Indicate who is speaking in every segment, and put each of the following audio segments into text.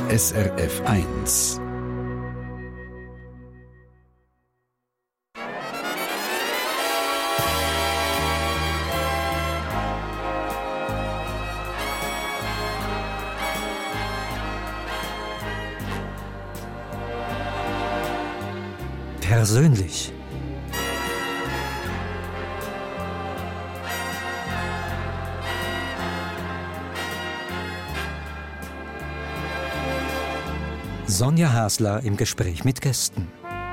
Speaker 1: SRF 1.
Speaker 2: Persönlich. Sonja Hasler im Gespräch mit Gästen.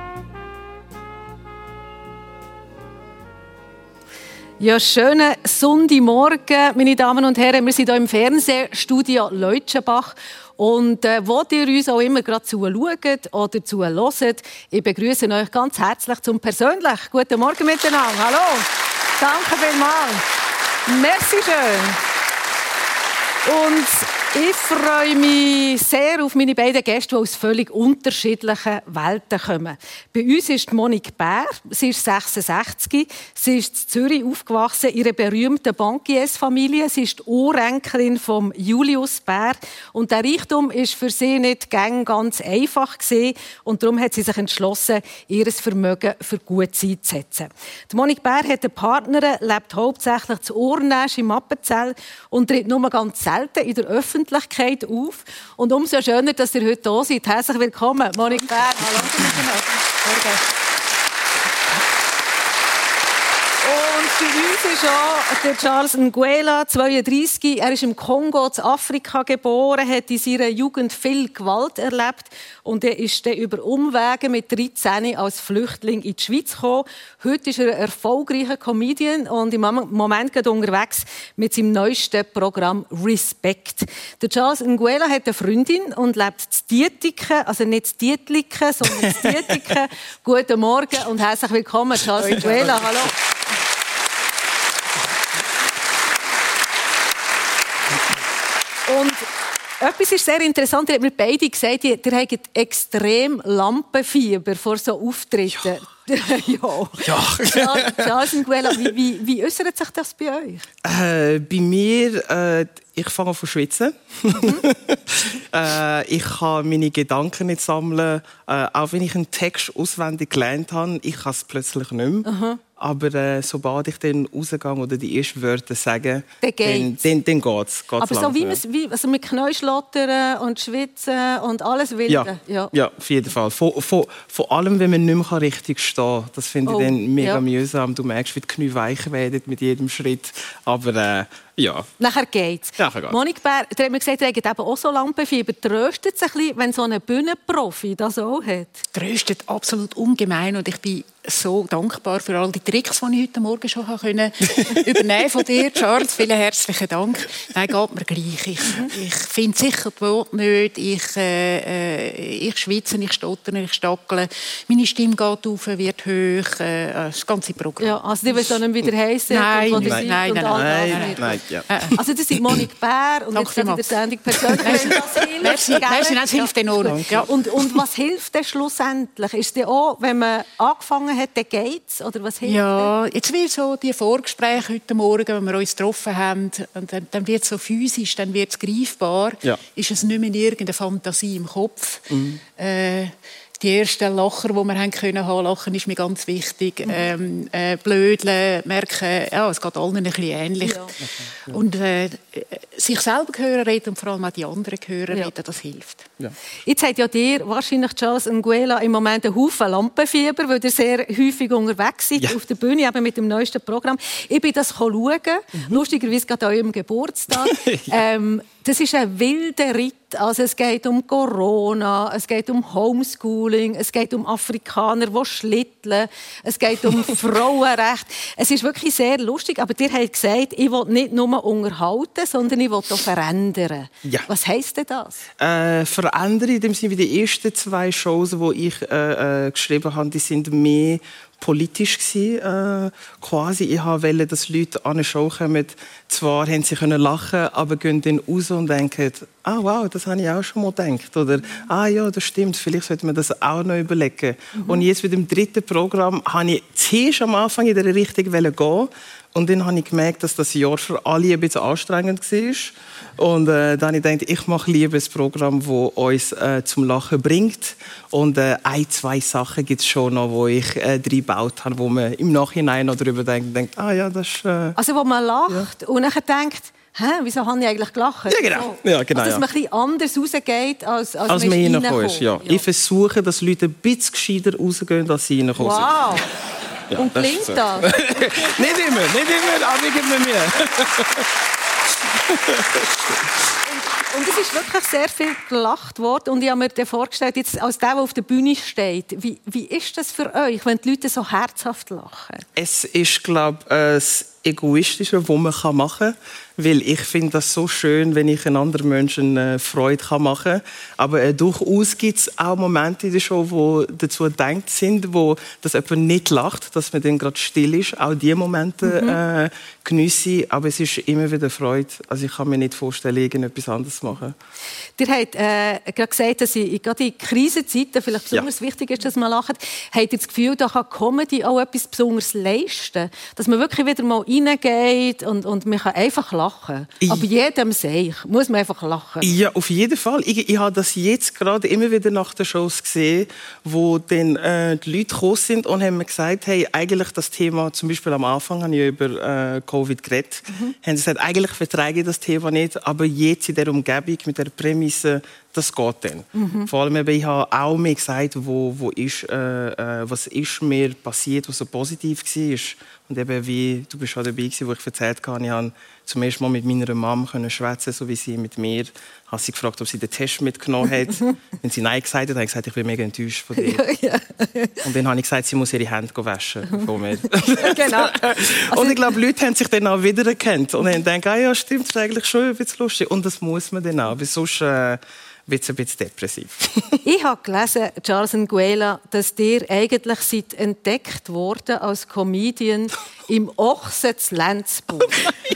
Speaker 3: Ja, schönen Sonntagmorgen, meine Damen und Herren. Wir sind hier im Fernsehstudio Leutschenbach. Und wo ihr uns auch immer gerade zuschaut oder zuhört, ich begrüße euch ganz herzlich zum Persönlich. Guten Morgen miteinander. Hallo. Danke vielmals. Merci schön. Und ich freue mich sehr auf meine beiden Gäste, die aus völlig unterschiedlichen Welten kommen. Bei uns ist Monique Bär. Sie ist 66. Sie ist in Zürich aufgewachsen, in einer berühmten Bankiers-Familie. Sie ist die Urenkelin von Julius Bär. Und der Reichtum war für sie nicht ganz einfach gewesen. Und darum hat sie sich entschlossen, ihr Vermögen für gute Zeit zu setzen. Die Monique Bär hat eine Partnerin, lebt hauptsächlich zu Urnäsch im Appenzell und tritt nur ganz selten in der Öffentlichkeit auf. Und umso schöner, dass ihr heute da seid. Herzlich willkommen, Monique Bär. Hallo. Und für uns ist auch der Charles Nguela, 32. Er ist im Kongo, in Afrika geboren, hat in seiner Jugend viel Gewalt erlebt und er ist dann über Umwege mit 13 als Flüchtling in die Schweiz gekommen. Heute ist er ein erfolgreicher Comedian und im Moment geht unterwegs mit seinem neuesten Programm Respect. Der Charles Nguela hat eine Freundin und lebt in Dietiken, also nicht in Dietliken, sondern in Dietiken. Guten Morgen und herzlich willkommen, Charles Nguela. Hallo. Und etwas ist sehr interessant, ihr habt mir beide gesagt, ihr habt extrem Lampenfieber vor so Auftritten. Ja. Charles Nguela, wie äußert sich das bei euch?
Speaker 4: Bei mir, ich fange an zu schwitzen. Ich kann meine Gedanken nicht sammeln. Auch wenn ich einen Text auswendig gelernt habe, ich kann es plötzlich nicht mehr. Aha. Aber sobald ich dann rausgehe oder die ersten Wörter sage, dann geht's.
Speaker 3: Aber so wie also mit Knäuschlottern und Schwitzen und alles Wilde?
Speaker 4: Ja, auf jeden Fall. Vor allem, wenn man nicht mehr richtig stehen kann. Das finde ich dann mega mühsam. Du merkst, wie die Knie weich werden mit jedem Schritt. Aber ja.
Speaker 3: Nachher geht's. Monique Bär, ihr habt mir gesagt, ihr habt eben auch so Lampenfieber. Tröstet es ein bisschen, wenn so ein Bühnenprofi das auch hat?
Speaker 5: Tröstet absolut ungemein. Und ich bin so dankbar für all die Tricks, die ich heute Morgen schon übernehmen von dir, Charles. Vielen herzlichen Dank. Nein, geht mir gleich. Ich finde sicher die Worte nicht. Ich schwitze, ich stottere, ich stackle. Meine Stimme geht auf, wird hoch. Das ganze Programm.
Speaker 3: Ja, also die wissen nicht wieder heissen.
Speaker 4: Nein. Ja.
Speaker 3: Also das sind Monique Bär und jetzt in der Sendung persönlich.
Speaker 5: Das hilft enorm.
Speaker 3: Ja. Und was hilft denn schlussendlich? Ist es auch, wenn man angefangen hat, dann geht's? Oder was hilft denn?
Speaker 5: Jetzt wird so die Vorgespräche heute Morgen, wenn wir uns getroffen haben, und dann wird es so physisch, dann wird es greifbar. Ja. Ist es nicht mehr irgendeine Fantasie im Kopf. Mhm. Die ersten Lacher, die wir haben lachen ist mir ganz wichtig. Blödeln, merken, ja, es geht allen ein bisschen ähnlich. Ja. Und sich selber hören reden und vor allem auch die anderen hören reden, das hilft.
Speaker 3: Ja. Jetzt habt ja dir wahrscheinlich, Charles Nguela, im Moment einen Haufen Lampenfieber, weil ihr sehr häufig unterwegs seid auf der Bühne, eben mit dem neuesten Programm. Ich bin das schauen, lustigerweise gerade an eurem Geburtstag. Das ist ein wilder Ritt. Also es geht um Corona, es geht um Homeschooling, es geht um Afrikaner, die schlitteln, es geht um Frauenrecht. Es ist wirklich sehr lustig, aber ihr habt gesagt, ich will nicht nur unterhalten, sondern ich will auch verändern. Ja. Was heisst denn das?
Speaker 4: Verändern, in dem Sinne wie die ersten 2 Shows, die ich geschrieben habe, die sind mehr politisch gewesen, quasi. Ich wollte, dass Leute an eine Show kommen. Zwar haben sie lachen, aber gehen dann raus und denken, wow, das habe ich auch schon mal gedacht. Oder, ja, das stimmt, vielleicht sollte man das auch noch überlegen. Und jetzt mit dem 3. Programm wollte ich zuerst am Anfang in der Richtung gehen, Und dann habe ich gemerkt, dass das Jahr für alle ein bisschen anstrengend war. Und dann habe ich gedacht, ich mache lieber ein Programm, das uns zum Lachen bringt. Und 1-2 Sachen gibt es schon noch, die ich reingebaut habe, wo man im Nachhinein noch darüber denkt, ja, das ist...
Speaker 3: Also wo man lacht und dann denkt, wieso habe ich eigentlich gelacht?
Speaker 4: Ja, genau. Ja, genau,
Speaker 3: also, dass man ein bisschen anders rausgeht, als man
Speaker 4: reingekommen ist. Ja. Ich versuche, dass Leute ein bisschen gescheiter rausgehen, als sie reinkommen sind.
Speaker 3: Wow! Ja, und klingt das?
Speaker 4: Nicht immer, aber ich gebe mir Mühe.
Speaker 3: Und es ist wirklich sehr viel gelacht worden. Und ich habe mir dann vorgestellt, jetzt als der auf der Bühne steht, wie ist das für euch, wenn die Leute so herzhaft lachen? Es
Speaker 4: ist, glaube ich, das Egoistische, was man machen kann. Weil ich finde das so schön, wenn ich einen anderen Menschen Freude machen kann. Aber durchaus gibt es auch Momente in der Show, die dazu gedacht sind, wo das jemand nicht lacht, dass man dann gerade still ist. Auch diese Momente geniesse ich. Aber es ist immer wieder Freude. Also ich kann mir nicht vorstellen, irgendetwas anderes zu machen.
Speaker 3: Ihr habt gerade gesagt, dass gerade in Krisenzeiten vielleicht besonders wichtig ist, dass man lacht. Habt ihr das Gefühl, da kann Comedy auch etwas Besonderes leisten? Dass man wirklich wieder mal reingeht und man kann einfach lachen. Aber jedem Seich muss man einfach lachen.
Speaker 4: Ja, auf jeden Fall. Ich habe das jetzt gerade immer wieder nach den Shows gesehen, wo dann die Leute gekommen sind und haben mir gesagt, hey, eigentlich das Thema, zum Beispiel am Anfang habe ich über Covid geredet, haben sie gesagt, eigentlich vertrage ich das Thema nicht, aber jetzt in der Umgebung mit der Prämisse, das geht dann. Vor allem, ich habe auch mir gesagt, was ist mir passiert, was so positiv war. Und eben, wie du bist auch dabei gewesen, wo ich erzählt habe, ich habe zum ersten Mal mit meiner Mom schwätzen, so wie sie mit mir. Ich habe sie gefragt, ob sie den Test mitgenommen hat. Wenn sie Nein gesagt hat, habe ich gesagt, ich bin mega enttäuscht von dir. Und dann habe ich gesagt, sie muss ihre Hände waschen vor mir.
Speaker 3: Genau.
Speaker 4: Und ich glaube, Leute haben sich dann auch wiedererkannt und haben gedacht, ja, stimmt, das ist eigentlich schon ein bisschen lustig. Und das muss man dann auch, weil sonst wird es ein bisschen depressiv.
Speaker 3: Ich habe gelesen, Charles Nguela, dass ihr eigentlich seid entdeckt worden als Comedian im Ochsen zu Lenzburg.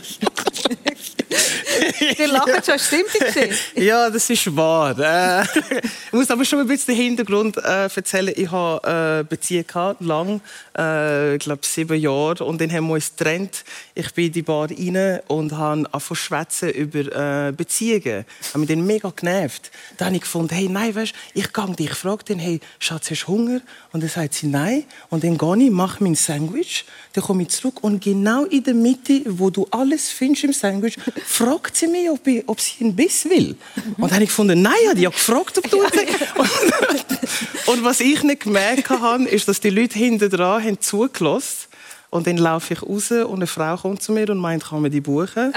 Speaker 3: Ihr lacht schon, stimmt das?
Speaker 4: Ja, das ist wahr. Ich muss aber schon ein bisschen den Hintergrund erzählen. Ich hatte eine Beziehung lang, ich glaube 7 Jahre. Und dann haben wir uns getrennt. Ich bin in die Bar rein und habe angefangen zu schwätzen über Beziehungen. Ich habe mich dann mega genervt. Dann habe ich gefunden, hey, nein, weißt, ich gehe dich, ich frage den, hey, Schatz, hast du Hunger? Und dann sagt sie, nein. Und dann gehe ich, mache mein Sandwich, dann komme ich zurück und genau in der Mitte, wo du alles findest im Sandwich, fragt sie mich, ob sie einen Biss will. Und dann habe ich gefunden, nein, ich habe ja gefragt, ob du und was ich nicht gemerkt habe, ist, dass die Leute hinten dran haben zugelassen. Und dann laufe ich raus und eine Frau kommt zu mir und meint, kann man die buchen?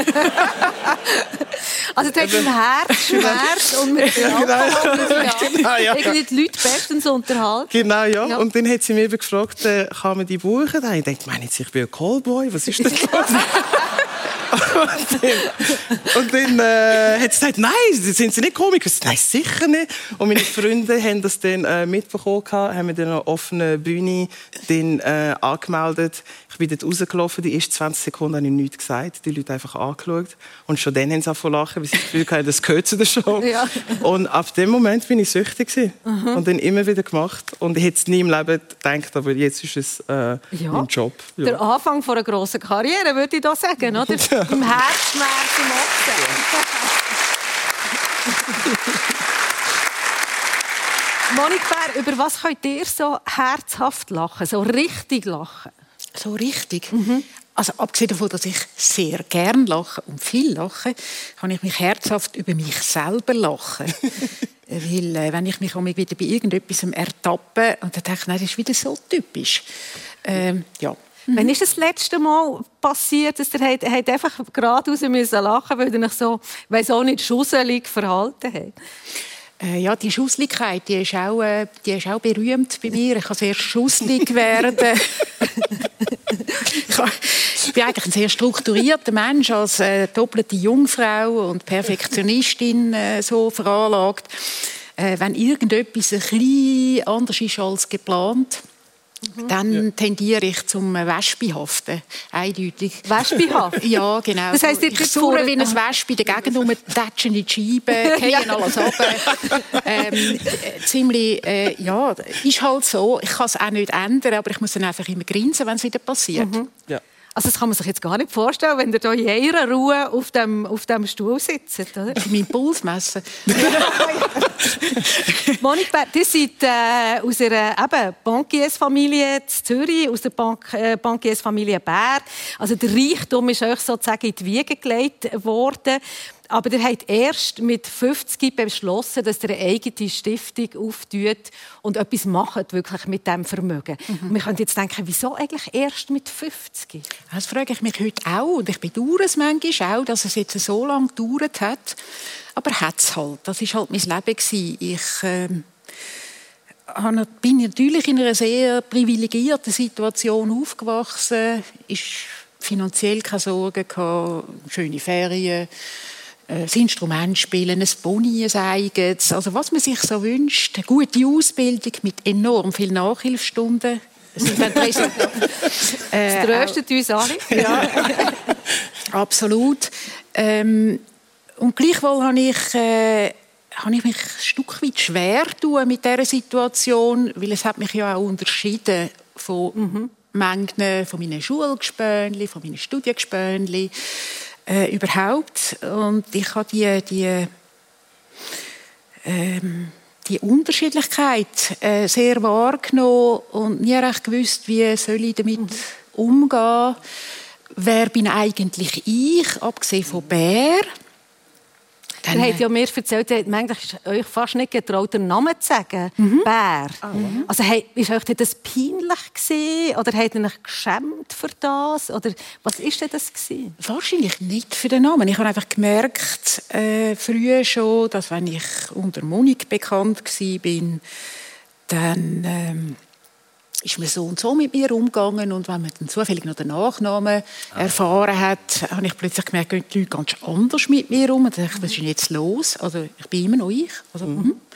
Speaker 3: Also du hast einen Herzschmerz und mit dem Alkohol irgendwie die Leute bestens unterhalten.
Speaker 4: Genau, ja. Und dann hat sie mich gefragt, kann man die buchen? Dann habe ich gedacht, meine ich bin ein Callboy, was ist das? Und dann hat sie gesagt, nein, sind sie nicht Komiker? Nein, sicher nicht. Und meine Freunde haben das dann mitbekommen, haben mir dann auf offener Bühne dann, angemeldet. Ich bin dort rausgelaufen, die ersten 20 Sekunden habe ich nichts gesagt, die Leute einfach angeschaut. Und schon dann haben sie angefangen zu lachen, weil sie das Gefühl hatten, das gehört zu der Show. Ja. Und ab dem Moment bin ich süchtig gewesen. Und dann immer wieder gemacht. Und ich hätte es nie im Leben gedacht, aber jetzt ist es mein Job. Ja.
Speaker 3: Der Anfang einer grossen Karriere, würde ich da sagen, oder?
Speaker 4: Ja.
Speaker 3: Im Herzschmerz, im Ochsen. Monique Bär, über was könnt ihr so herzhaft lachen, so richtig lachen?
Speaker 5: So richtig? Also abgesehen davon, dass ich sehr gern lache und viel lache, kann ich mich herzhaft über mich selber lachen. Weil wenn ich mich wieder bei irgendetwas ertappe und dann denke ich, nein, das ist wieder so typisch. Ja.
Speaker 3: Wann ist das letzte Mal passiert, dass ihr einfach geradeaus lachen müssen, weil ihr euch so, weiss auch nicht, schusselig verhalten habt?
Speaker 5: Ja, die Schussligkeit, die ist auch berühmt bei mir. Ich kann sehr schusslig werden. Ich bin eigentlich ein sehr strukturierter Mensch, als doppelte Jungfrau und Perfektionistin so veranlagt. Wenn irgendetwas ein bisschen anders ist als geplant, dann tendiere ich zum Wespihaften, eindeutig.
Speaker 3: Wespihaften?
Speaker 5: Ja, genau.
Speaker 3: Das heisst,
Speaker 5: ich surre wie ein Wespe, dagegen tätschen in die Scheiben, fallen alles runter. Ziemlich, ja, ist halt so. Ich kann es auch nicht ändern, aber ich muss dann einfach immer grinsen, wenn es wieder passiert.
Speaker 4: Ja.
Speaker 3: Also das kann man sich jetzt gar nicht vorstellen, wenn ihr hier in einer Ruhe auf dem Stuhl sitzt. Oder?
Speaker 5: Mein Puls messen.
Speaker 3: Monique Bär, ihr seid aus einer Bankiers-Familie in Zürich, aus der Bankiers-Familie Bär. Also der Reichtum ist euch sozusagen in die Wiege gelegt worden. Aber ihr habt erst mit 50 beschlossen, dass ihr eine eigene Stiftung auftut und etwas macht wirklich mit diesem Vermögen. Und wir können jetzt denken, wieso eigentlich erst mit 50?
Speaker 5: Das frage ich mich heute auch. Und ich bedauere es manchmal auch, dass es jetzt so lange gedauert hat. Aber hat es halt. Das war halt mein Leben. Ich bin natürlich in einer sehr privilegierten Situation aufgewachsen. Ich finanziell keine Sorgen gehabt, schöne Ferien, das Instrument spielen, ein Boni, ein eigenes. Also was man sich so wünscht, eine gute Ausbildung mit enorm vielen Nachhilfestunden.
Speaker 3: Das tröstet uns alle.
Speaker 5: Ja, absolut. Und gleichwohl habe ich mich ein Stück weit schwer getan mit dieser Situation, weil es hat mich ja auch unterschieden von Mengen, von meinen Schulgespönli, von meinen Studiengespönli, überhaupt. Und ich habe die Unterschiedlichkeit sehr wahrgenommen und nie recht gewusst, wie soll ich damit umgehen. Wer bin eigentlich ich, abgesehen von Bär?
Speaker 3: Ihr habt ja mir erzählt, ihr habt manchmal euch fast nicht getraut, den Namen zu sagen. Bär. Also, ist euch das peinlich gewesen? Oder habt ihr euch geschämt für das? Oder was war denn das gewesen?
Speaker 5: Wahrscheinlich nicht für den Namen. Ich habe einfach gemerkt, früher schon, dass wenn ich unter Monique bekannt war, dann ist man so und so mit mir umgegangen. Und wenn man dann zufällig noch den Nachnamen erfahren hat, habe ich plötzlich gemerkt, gehen die Leute ganz anders mit mir um. Und dachte, was ist denn jetzt los? Also, ich bin immer noch ich. Also,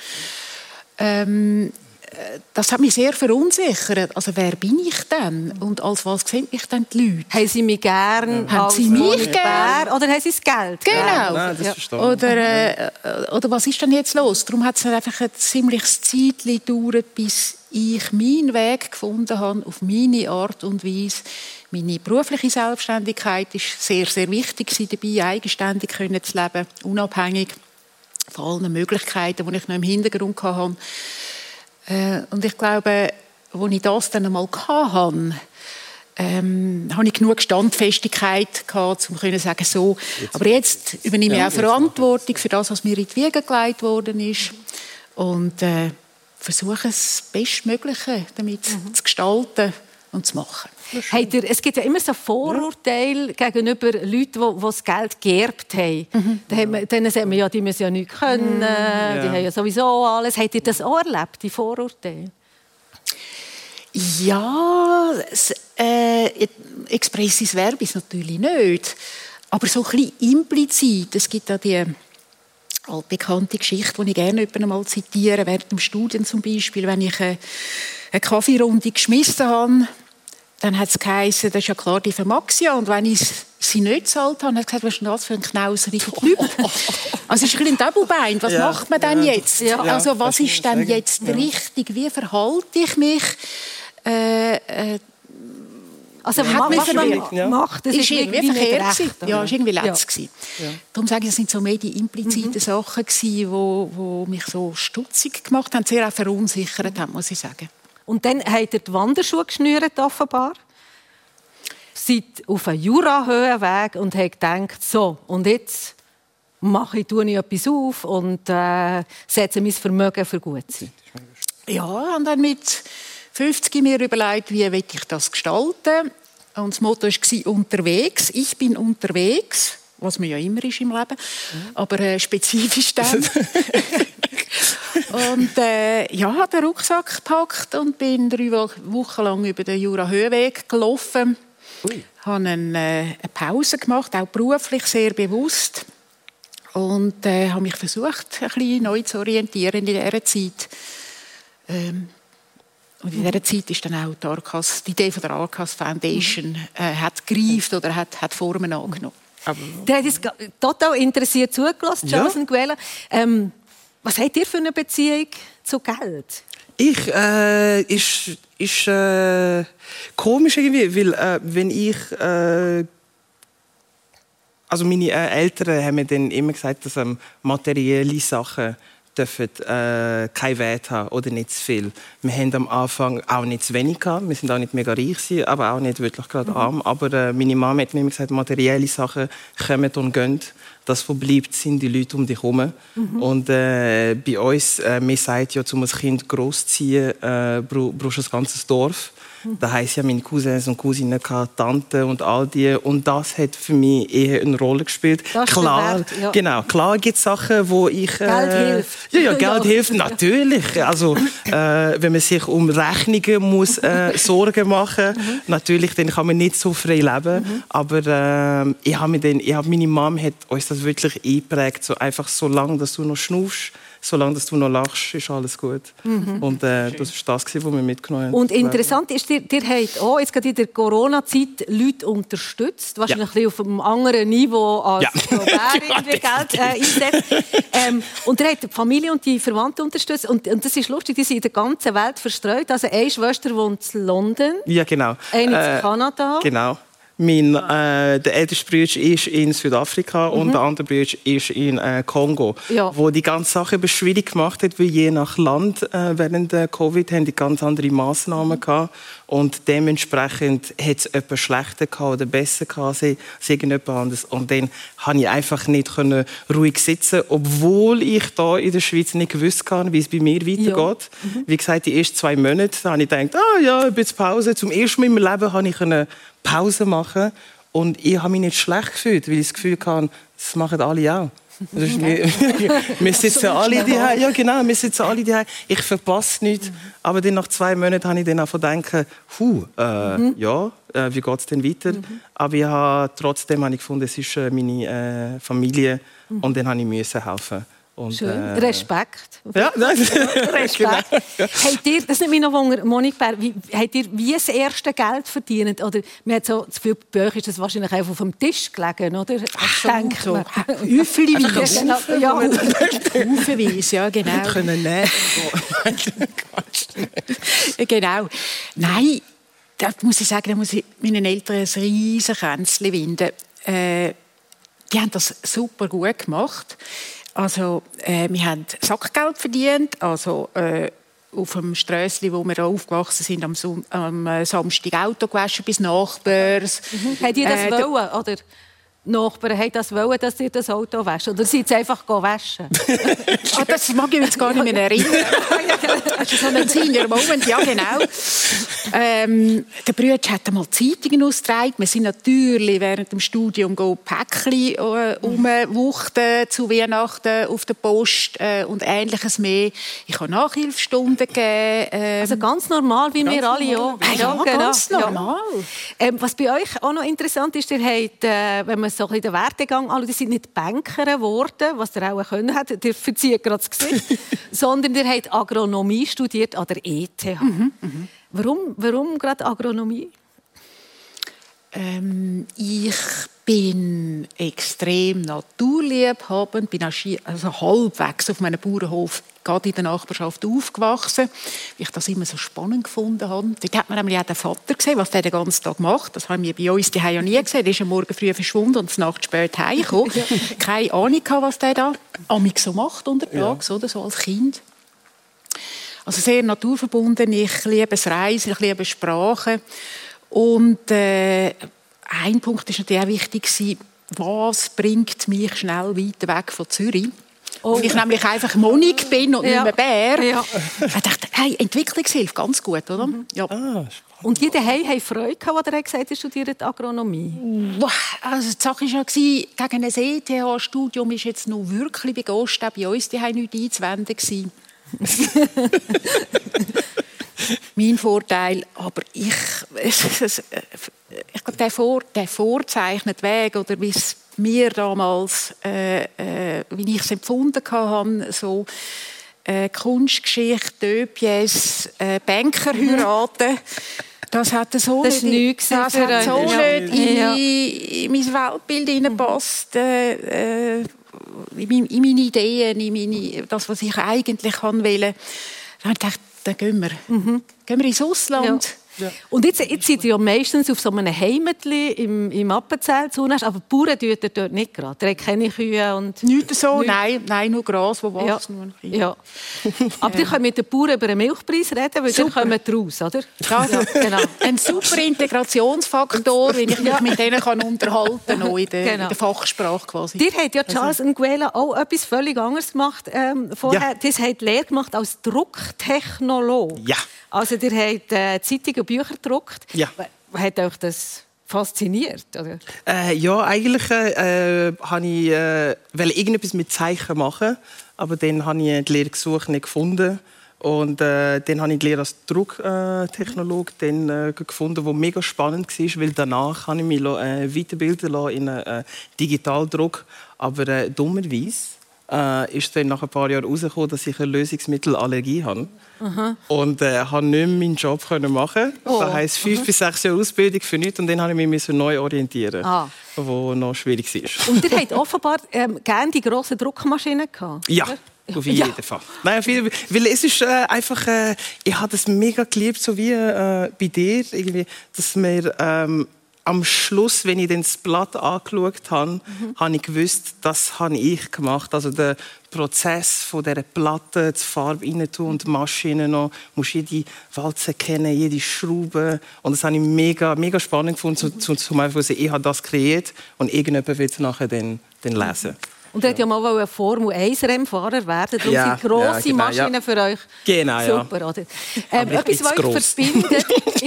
Speaker 5: das hat mich sehr verunsichert. Also, wer bin ich denn? Und als was sehen mich denn die Leute?
Speaker 3: Haben sie mich gern?
Speaker 5: Haben sie mich gern?
Speaker 3: Oder haben sie das Geld?
Speaker 5: Genau.
Speaker 4: Nein, das verstehe ich.
Speaker 5: Oder was ist denn jetzt los? Darum hat es einfach ein ziemliches Zeitchen gedauert, bis ich meinen Weg gefunden habe, auf meine Art und Weise. Meine berufliche Selbstständigkeit war sehr, sehr wichtig dabei, eigenständig zu leben, unabhängig von allen Möglichkeiten, die ich noch im Hintergrund hatte. Und ich glaube, als ich das dann einmal hatte, habe ich genug Standfestigkeit gehabt, um zu sagen, so. Aber jetzt übernehme ich auch Verantwortung für das, was mir in die Wiege gelegt worden ist. Und versuche das Bestmögliche damit zu gestalten und zu machen.
Speaker 3: Es gibt ja immer so Vorurteile gegenüber Leuten, die das Geld geerbt haben. Dann sagt man, ja, die müssen ja nichts können, die haben ja sowieso alles. Habt ihr das auch erlebt, die Vorurteile?
Speaker 5: Ja, expressis verbis natürlich nicht. Aber so ein bisschen implizit. Es gibt ja die altbekannte Geschichte, die ich gerne einmal zitiere, während dem Studium zum Beispiel, wenn ich eine Kaffeerunde geschmissen habe, dann hat es geheißen, das ist ja klar, die vermag ja. Und wenn ich sie nicht gezahlt habe, hat es gesagt, was ist denn das für ein knauseriger Typ? Also es ist ein bisschen ein Doppelbein. Was macht man denn jetzt?
Speaker 3: Ja.
Speaker 5: Also was ist denn jetzt richtig? Wie verhalte ich mich?
Speaker 3: Also was man macht, das ist irgendwie
Speaker 5: verkehrt.
Speaker 3: recht.
Speaker 5: Ja, es war irgendwie letzt. Ja. Darum sage ich, es waren so mehr die impliziten Sachen, die mich so stutzig gemacht haben, sehr auch verunsichert haben, muss ich sagen.
Speaker 3: Und dann habt ihr die Wanderschuhe geschnürt, offenbar. Seid auf einen Jura-Höhenweg und habt gedacht, so, und jetzt tue ich etwas auf und setze mein Vermögen für gut sein.
Speaker 5: Ja, und dann mit 50 mir überlegt, wie will ich das gestalten. Und das Motto war unterwegs. Ich bin unterwegs, was man ja immer ist im Leben, aber spezifisch dann. Und habe den Rucksack gepackt und bin 3 Wochen lang über den Jura-Höhenweg gelaufen. Habe eine Pause gemacht, auch beruflich sehr bewusst. Und habe mich versucht, ein bisschen neu zu orientieren in dieser Zeit. Und in dieser Zeit ist dann auch die Idee von der Arcas Foundation hat gereift oder hat Formen angenommen.
Speaker 3: Der hat uns total interessiert zugelassen, Jonathan Guela. Was habt ihr für eine Beziehung zu Geld?
Speaker 4: Ist komisch irgendwie, weil wenn ich also meine Eltern haben mir dann immer gesagt, dass materielle Sachen dürfen keinen Wert haben oder nicht zu viel. Wir haben am Anfang auch nicht zu wenig gehabt. Wir sind auch nicht mega reich gewesen, aber auch nicht wirklich gerade arm. Aber meine Mama hat mir immer gesagt, materielle Sachen kommen und gehen. Das, was bleibt, sind die Leute um dich herum. Und bei uns, wir sagen ja, um ein Kind großzuziehen, brauchst du ein ganzes Dorf. Da heisst ja meine Cousins und Cousinen, Tanten und all die. Und das hat für mich eher eine Rolle gespielt. Klar, Wert, ja. Genau, klar gibt es Sachen, wo ich...
Speaker 3: Geld hilft.
Speaker 4: Ja, Geld hilft, natürlich. Also, wenn man sich um Rechnungen muss, Sorgen machen muss, natürlich, dann kann man nicht so frei leben. Aber meine Mom hat uns das wirklich eingeprägt. So, einfach so lange, dass du noch schnaufst, solange dass du noch lachst, ist alles gut. Und das war das, was wir mitgenommen haben.
Speaker 3: Und interessant ist, ihr habt auch jetzt gerade in der Corona-Zeit Leute unterstützt, wahrscheinlich ein bisschen auf einem anderen Niveau als Geld einsetzt. Und ihr habt die Familie und die Verwandten unterstützt. Und das ist lustig, die sind in der ganzen Welt verstreut. Also eine Schwester wohnt in London,
Speaker 4: ja, genau.
Speaker 3: eine in Kanada.
Speaker 4: Genau. Der älteste Bruder ist in Südafrika und der andere Bruder ist in Kongo, wo die ganze Sache schwierig gemacht hat, weil je nach Land während der Covid haben die ganz andere Massnahmen gehabt und dementsprechend hat es jemand schlechter gehabt oder besser gehabt als irgendjemand anderes. Und dann konnte ich einfach nicht ruhig sitzen, obwohl ich da in der Schweiz nicht gewusst habe, wie es bei mir weitergeht. Ja. Wie gesagt, die ersten 2 Monate habe ich gedacht, ein bisschen Pause. Zum ersten Mal in meinem Leben habe ich Pause machen und ich habe mich nicht schlecht gefühlt, weil ich das Gefühl hatte, das machen alle auch. Wir sitzen alle daheim. Ja, genau, wir sitzen alle daheim. Ich verpasse nichts. Aber dann nach 2 Monaten habe ich dann einfach gedacht, wie geht es denn weiter? Aber ich habe trotzdem gefunden, es ist meine Familie und dann musste ich helfen. Und,
Speaker 3: schön. Respekt.
Speaker 4: Ja,
Speaker 3: Respekt.
Speaker 4: Genau.
Speaker 3: Habt ihr, das nimmt mich noch wunder, Monique Bär, habt ihr wie das erste Geld verdient? Oder man hat so das Gefühl, bei euch ist das wahrscheinlich einfach auf dem Tisch gelegen, oder? Denkt
Speaker 5: so.
Speaker 3: man.
Speaker 5: Hüfeliweise.
Speaker 3: Ja,
Speaker 5: Hüfeliweise, ja, genau. Genau. Nein, da muss ich sagen, da muss ich meinen Eltern ein riesiges Kränzchen winden. Die haben das super gut gemacht. Also, wir haben Sackgeld verdient, also auf dem Strössli, wo wir da aufgewachsen sind, am Samstag Auto gewaschen bis Nachbars.
Speaker 3: Habt ihr das wollen, oder? Nachbarn haben das wollen, dass ihr das Auto wäscht? Oder seid ihr einfach waschen?
Speaker 5: Das mag ich jetzt gar nicht mehr erinnern. Das ist so ein Senior-Moment, ja genau. Der Bruder hat einmal Zeitungen ausgetragen. Wir sind natürlich während dem Studium Päckchen umwuchten zu Weihnachten auf der Post und Ähnliches mehr. Ich habe Nachhilfestunden gegeben.
Speaker 3: Also ganz normal, wie wir alle auch.
Speaker 5: Ja, genau. Ganz normal.
Speaker 3: Was bei euch auch noch interessant ist, ihr habt, wenn man so ein bisschen den Werdegang anschaut, ihr seid nicht Banker geworden, was ihr auch können habt, ihr verzieht gerade das Gesicht, sondern ihr habt Agronomie studiert an der ETH. Warum gerade Agronomie?
Speaker 5: Ich bin extrem naturliebhabend, bin also halbwegs auf meinem Bauernhof gerade in der Nachbarschaft aufgewachsen, weil ich das immer so spannend gefunden habe. Dort hat man nämlich auch den Vater gesehen, was der den ganzen Tag macht. Das haben wir bei uns daheim ja nie gesehen. Der ist am Morgen früh verschwunden und nachts spät heimgekommen. Keine Ahnung, was der da so macht untertags, oder so als Kind. Also sehr naturverbunden. Ich liebe das Reisen, ich liebe Sprachen. Und ein Punkt war natürlich auch wichtig, was bringt mich schnell weiter weg von Zürich? Weil ich nämlich einfach Monique bin und nicht mehr Bär. Ja. Ich dachte, hey, Entwicklungshilfe, ganz gut, oder? Ja.
Speaker 3: Und die daheim haben Freude gehabt, als er gesagt hat, er studiert Agronomie?
Speaker 5: Also die Sache war ja, gegen ein ETH-Studium ist jetzt noch wirklich bei Gostau bei uns die nichts einzuwenden. Mein Vorteil, aber ich glaube, der vorzeichnete Weg, oder wie es mir damals, wie ich es empfunden habe, so Kunstgeschichte, Döpies, Banker heiraten, das hat so
Speaker 3: das
Speaker 5: nicht in mein Weltbild hineingepasst, in meine Ideen, in das, was ich eigentlich wollte. Da habe ich gedacht, dann gehen wir. Gehen wir ins Ausland.
Speaker 3: Ja. Ja. Und jetzt seid ihr ja meistens auf so einem Heimetli im Appenzell Zunächst, aber die Bauern tun ihr dort nicht gerade. Ihr habt keine Kühe und...
Speaker 5: Nichts so, nein, nur Gras, das wächst.
Speaker 3: Ja. Aber ihr könnt mit den Bauern über einen Milchpreis reden, weil dann kommen die raus, oder?
Speaker 5: Ja, genau. Ein super Integrationsfaktor, wenn ich mich mit denen unterhalten kann, in der Fachsprache quasi.
Speaker 3: Ihr habt ja Charles Nguela auch etwas völlig anderes gemacht vorher. Ihr habt Lehre gemacht als Drucktechnologe.
Speaker 4: Ja.
Speaker 3: Also ihr habt Zeitungen und Bücher gedruckt.
Speaker 4: Ja.
Speaker 3: Hat euch das fasziniert? Oder?
Speaker 4: Ja, eigentlich wollte ich irgendetwas mit Zeichen machen, aber dann habe ich die Lehre gesucht, nicht gefunden. Und dann habe ich die Lehre als Drucktechnologe gefunden, die mega spannend war, weil danach habe ich mich weiterbilden lassen in Digitaldruck. Aber dummerweise ist dann nach ein paar Jahren herausgekommen, dass ich eine Lösungsmittelallergie habe. Und habe nicht mehr meinen Job machen. Das heisst 5 bis 6 Jahre Ausbildung für nichts. Und dann habe ich mich neu orientieren, was noch schwierig war.
Speaker 3: Und ihr habt offenbar gerne die grossen Druckmaschinen gehabt?
Speaker 4: Ja. Auf jeden Fall. Nein, weil es ist einfach, ich habe das mega geliebt, so wie bei dir, irgendwie, dass wir am Schluss, wenn ich das Blatt angeschaut habe, habe ich gewusst, das habe ich gemacht. Also der Prozess von dieser Platte, die Farbe rein tun und die Maschine noch, musst jede Walze kennen, jede Schraube. Und das habe ich mega, mega spannend gefunden, zum einfach sagen, ich habe das kreiert und irgendjemand wird es nachher dann lesen.
Speaker 3: Und er wollte ja mal ein Formel-1-Rennfahrer werden. Darum sind grosse Maschinen für euch super. Oder? Etwas, was euch verbindet,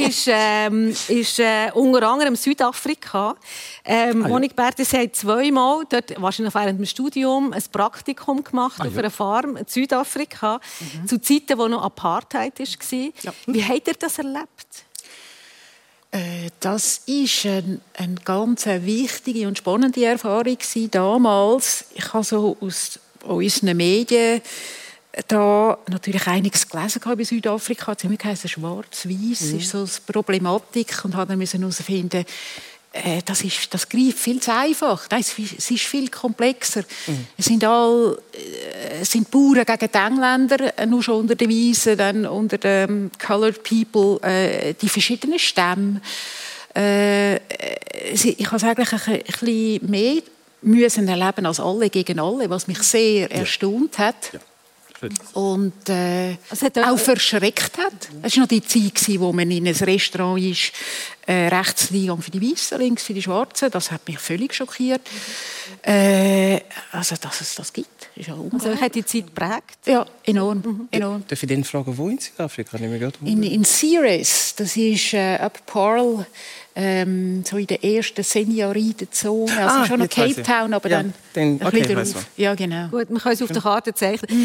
Speaker 3: ist unter anderem Südafrika. Monique Berthes hat zweimal, dort wahrscheinlich während dem Studium, ein Praktikum gemacht auf einer Farm in Südafrika. Zu Zeiten, wo noch Apartheid war. Ja. Wie habt ihr das erlebt?
Speaker 5: Das war eine ganz wichtige und spannende Erfahrung damals. Ich habe so aus unseren Medien da natürlich einiges gelesen bei Südafrika. Es heisst schwarz-weiß, ist so eine Problematik und habe dann herausfinden, das greift viel zu einfach. Nein, es ist viel komplexer. Es sind Bauern gegen die Engländer, nur schon unter den Weißen, dann unter den Colored People, die verschiedenen Stämme. Ich habe es eigentlich ein bisschen mehr müssen erleben als alle gegen alle, was mich sehr erstaunt hat. Ja. Und auch verschreckt hat. Es war noch die Zeit, wo man in ein Restaurant ist, rechts Eingang für die Weißen, links für die Schwarzen. Das hat mich völlig schockiert. Also, dass es das gibt, ist ja unglaublich.
Speaker 3: Also, hat die Zeit geprägt?
Speaker 5: Ja, enorm. enorm.
Speaker 4: Darf ich dann fragen, wo in Südafrika?
Speaker 5: In Ceres, das ist ab Paarl, so in der ersten Senioridenzone. Also schon noch Cape Town, aber dann wieder auf. Ja, genau.
Speaker 3: Gut, wir können es auf der Karte zeichnen.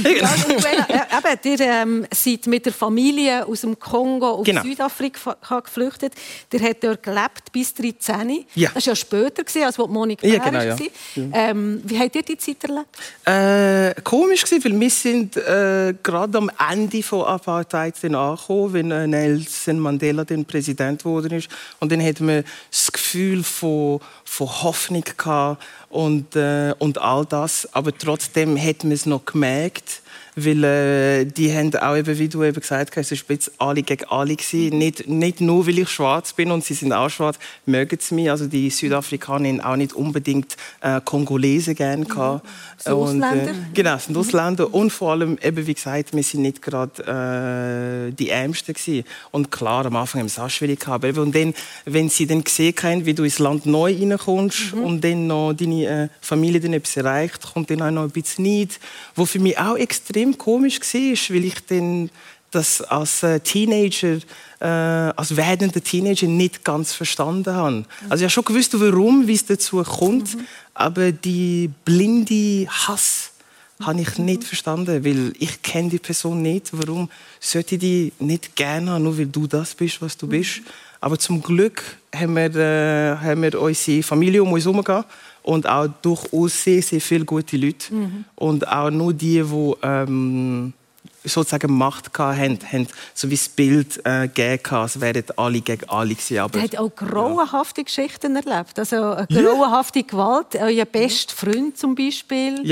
Speaker 3: Ihr seid mit der Familie aus dem Kongo auf Südafrika geflüchtet. Ihr habt dort gelebt bis 13. Ja. Das war ja später, als Monique Bär war. Wie habt ihr die Zeit erlebt?
Speaker 4: Komisch war, weil wir sind gerade am Ende von Apartheid angekommen, wenn Nelson Mandela dann Präsident geworden ist. Und dann hatten wir das Gefühl von Hoffnung gehabt und all das. Aber trotzdem hat man es noch gemerkt, weil die haben auch, eben, wie du eben gesagt hast, es war alle gegen alle gewesen. Nicht nur, weil ich schwarz bin und sie sind auch schwarz, mögen sie mich. Also die Südafrikaner haben auch nicht unbedingt Kongolesen gerne gehabt.
Speaker 3: Ausländer?
Speaker 4: Genau, sind Ausländer. Und vor allem, eben, wie gesagt, wir sind nicht gerade die Ärmsten gewesen. Und klar, am Anfang haben sie es auch schwierig gehabt. Und dann, wenn sie dann gesehen haben, wie du ins Land neu reinkommst und dann noch deine Familie dann etwas erreicht, kommt dann auch noch ein bisschen Neid, wo für mich auch extrem komisch war, weil ich dann das als Teenager, als werdender Teenager nicht ganz verstanden habe. Also ich habe schon gewusst, warum, wie es dazu kommt, aber die blinde Hass habe ich nicht verstanden, weil ich kenne die Person nicht. Warum sollte ich die nicht gerne haben, nur weil du das bist, was du bist? Aber zum Glück haben wir unsere Familie um uns herum gehabt. Und auch durchaus sehr, sehr viele gute Leute. Und auch nur die sozusagen Macht hatten, haben so wie das Bild gegeben, als wären alle gegen alle gewesen. Aber,
Speaker 3: ihr habt auch grauenhafte Geschichten erlebt. Also eine grauenhafte Gewalt. Euer bester Freund zum Beispiel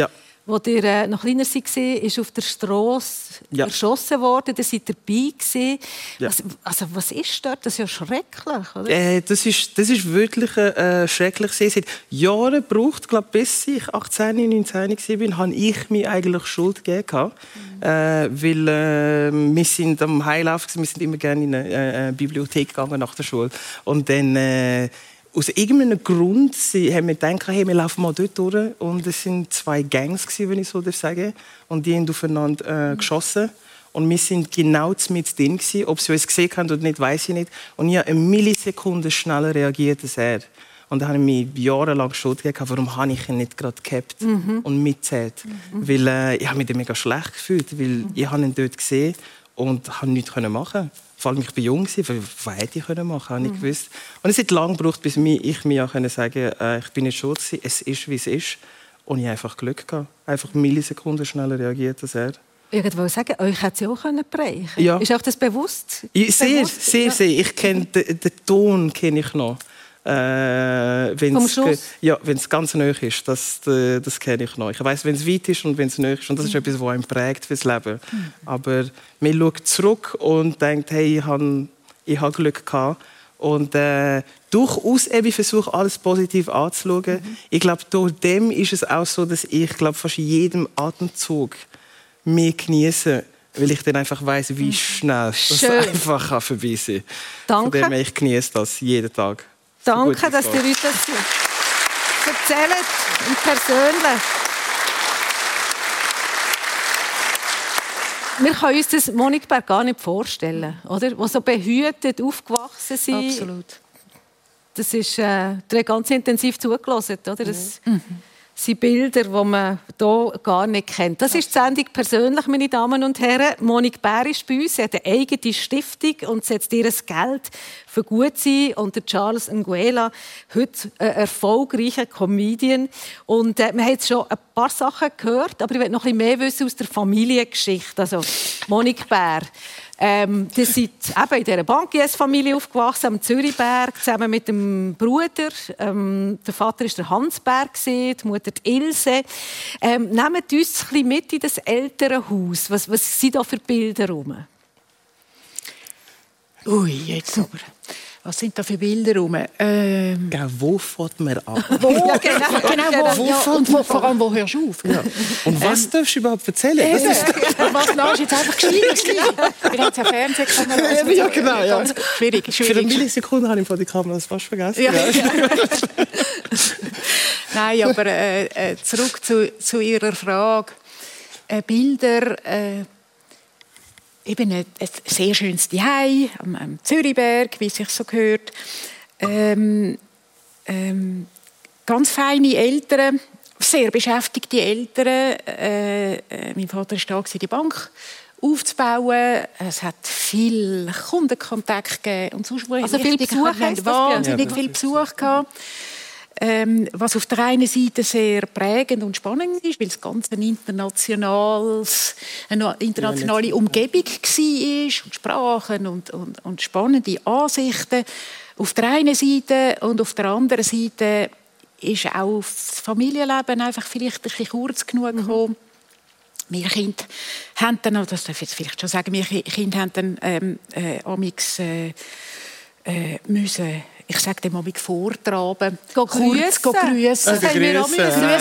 Speaker 3: Als ihr noch kleiner war, ist auf der Strasse erschossen worden. Da seid ihr dabei gewesen.
Speaker 4: Ja.
Speaker 3: Was ist dort? Das ist ja schrecklich, oder?
Speaker 4: Das ist wirklich schrecklich. Es hat Jahre gebraucht, bis ich 18, 19 war, habe ich mir eigentlich Schuld gegeben. Weil wir sind am Heilaufen, wir sind immer gerne in eine Bibliothek gegangen nach der Schule. Und dann... aus irgendeinem Grund haben wir gedacht, hey, wir laufen mal dort durch. Und es waren 2 Gangs, wenn ich so sagen darf. Und die haben aufeinander geschossen. Und wir waren genau mit drin. Ob sie uns gesehen haben oder nicht, weiss ich nicht. Und ich habe eine Millisekunde schneller reagiert als er. Und da habe ich mir jahrelang Schuld gegeben, warum habe ich ihn nicht gerade gehabt und mitgezählt. Weil ich habe mich mega schlecht gefühlt, weil ich habe ihn dort gesehen und konnte nichts machen. Vor allem, ich war jung, was hätte ich machen können, habe ich gewusst. Und es hat lange gebraucht, bis ich mir sagen konnte, ich bin nicht schuld, es ist, wie es ist. Und ich hatte einfach Glück gehabt. Einfach Millisekunden schneller reagiert als er.
Speaker 3: Ich wollte sagen, euch hätte es auch brechen können.
Speaker 4: Ja.
Speaker 3: Ist euch das bewusst?
Speaker 4: Sehr. Ich kenne den Ton kenne ich noch. Wenn es ganz nahe ist, das kenne ich noch. Ich weiss, wenn es weit ist und wenn es nahe ist. Und das ist etwas, das einen prägt fürs Leben. Aber man schaut zurück und denkt, hey, ich habe Glück gehabt. Und durchaus versuche alles positiv anzuschauen. Ich glaube, durch dem ist es auch so, dass ich fast jeden Atemzug mehr genieße. Weil ich dann einfach weiss, wie schnell das einfach vorbei sein kann.
Speaker 3: Danke.
Speaker 4: Von dem ich genieße das jeden Tag.
Speaker 3: Danke, dass ihr uns das erzählt und persönlich. Wir können uns das Monique Bär gar nicht vorstellen, oder? Die so behütet aufgewachsen sind.
Speaker 5: Absolut.
Speaker 3: Das ist ganz intensiv zugelassen, oder? Das sind Bilder, die man hier gar nicht kennt. Das ist die Sendung «Persönlich», meine Damen und Herren. Monique Bär ist bei uns. Sie hat eine eigene Stiftung und setzt ihr Geld für gut sein. Und der Charles Nguela, heute ein erfolgreicher Comedian. Und wir haben jetzt schon ein paar Sachen gehört, aber ich will noch ein bisschen mehr wissen aus der Familiengeschichte. Also, Monique Bär. Die sind eben in dieser Bankiers-Familie aufgewachsen, am Zürichberg, zusammen mit dem Bruder. Der Vater war der Hans Bär, die Mutter die Ilse. Nehmt uns ein bisschen mit in das Elternhaus. Was sind da für Bilder rum?
Speaker 5: Ui, jetzt aber. Was sind da für Bilder rum?
Speaker 4: Wo fährt man an?
Speaker 5: Und vor allem, wo hörst du auf?
Speaker 4: Ja. Und was darfst du überhaupt erzählen?
Speaker 5: Was lässt jetzt einfach geschrieben sein? Wir haben es ja Fernsehkamera.
Speaker 4: Ja, genau. Ja.
Speaker 5: Schwierig.
Speaker 4: Für eine Millisekunde habe ich vor die Kamera das fast vergessen. Ja.
Speaker 5: Nein, aber zurück zu Ihrer Frage. Bilder... Eben ein sehr schönes Zuhause am Zürichberg, wie es sich so gehört. Ganz feine Eltern, sehr beschäftigte Eltern. Mein Vater war da, die Bank aufzubauen. Es hat viel Kundenkontakt gegeben. Und sonst
Speaker 3: also viel Besuch,
Speaker 5: wahnsinnig viel Besuch gehabt. Was auf der einen Seite sehr prägend und spannend ist, weil es ganz eine internationale Umgebung war und Sprachen und spannende Ansichten. Auf der einen Seite und auf der anderen Seite ist auch das Familienleben einfach vielleicht ein bisschen kurz genug gekommen. Wir Kinder haben dann, das darf ich jetzt vielleicht schon sagen, wir Kinder haben dann müssen, ich sage dem mal, vortraben.
Speaker 3: Grüßen.
Speaker 5: Das haben wir auch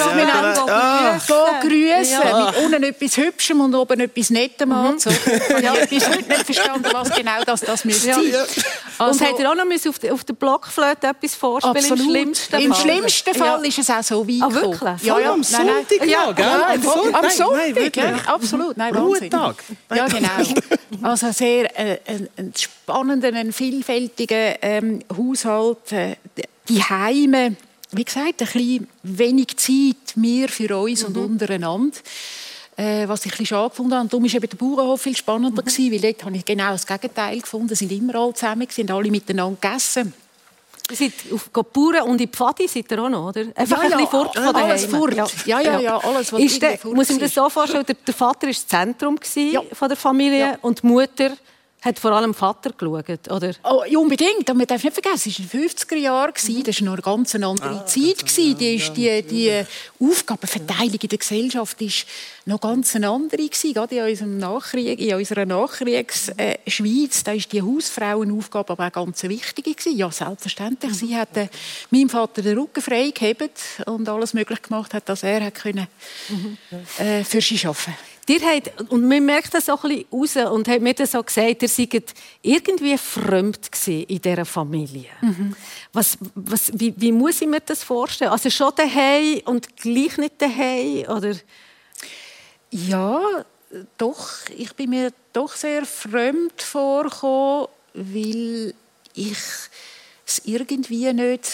Speaker 5: grüßen. Mit unten etwas Hübschem und oben etwas Nettem anzogen. Ich habe bis heute nicht verstanden, was genau das müsste sein.
Speaker 3: Und habt ihr auch noch auf der Blockflöte etwas vorspielen?
Speaker 5: Absolut. Im schlimmsten Fall ist es auch so weit gekommen.
Speaker 3: Wirklich?
Speaker 5: Ja,
Speaker 4: am Sonntag,
Speaker 5: am Sonntag, absolut. Nein,
Speaker 4: Ruhetag.
Speaker 5: Ja, genau. Also sehr ein spannender, ein vielfältiger Haushalt. Die Heime, wie gesagt, ein bisschen wenig Zeit, wir für uns und untereinander. Was ich ein bisschen schade gefunden habe. Und darum war eben der Bauernhof viel spannender, weil dort habe ich genau das Gegenteil gefunden. Sie sind immer alle zusammen, sind alle miteinander gegessen.
Speaker 3: Ihr seid auf Bauern und in die Pfadi seid ihr auch noch, oder? Einfach ein bisschen fort von daheim.
Speaker 5: Alles fort. Ja, alles, was
Speaker 3: muss ich mir das so vorstellen, der Vater war das Zentrum von der Familie und die Mutter Hat vor allem Vater geschaut, oder?
Speaker 5: Oh, ja, unbedingt. Aber man darf nicht vergessen, es war in den 50er Jahren. Das war noch eine ganz andere Zeit. Die Aufgabenverteilung in der Gesellschaft war noch ganz eine andere. Gerade in unserer Nachkriegsschweiz war die Hausfrauenaufgabe aber auch ganz wichtig. Ja, selbstverständlich. Sie hat meinem Vater den Rücken frei gehabt und alles möglich gemacht hat, dass er für sie arbeiten konnte.
Speaker 3: Und man merkt das auch ein bisschen raus und hat mir das so gesagt, ihr seid irgendwie fremd in dieser Familie. Wie muss ich mir das vorstellen? Also schon daheim und gleich nicht daheim, oder?
Speaker 5: Ja, doch. Ich bin mir doch sehr fremd vorgekommen, weil ich es irgendwie nicht...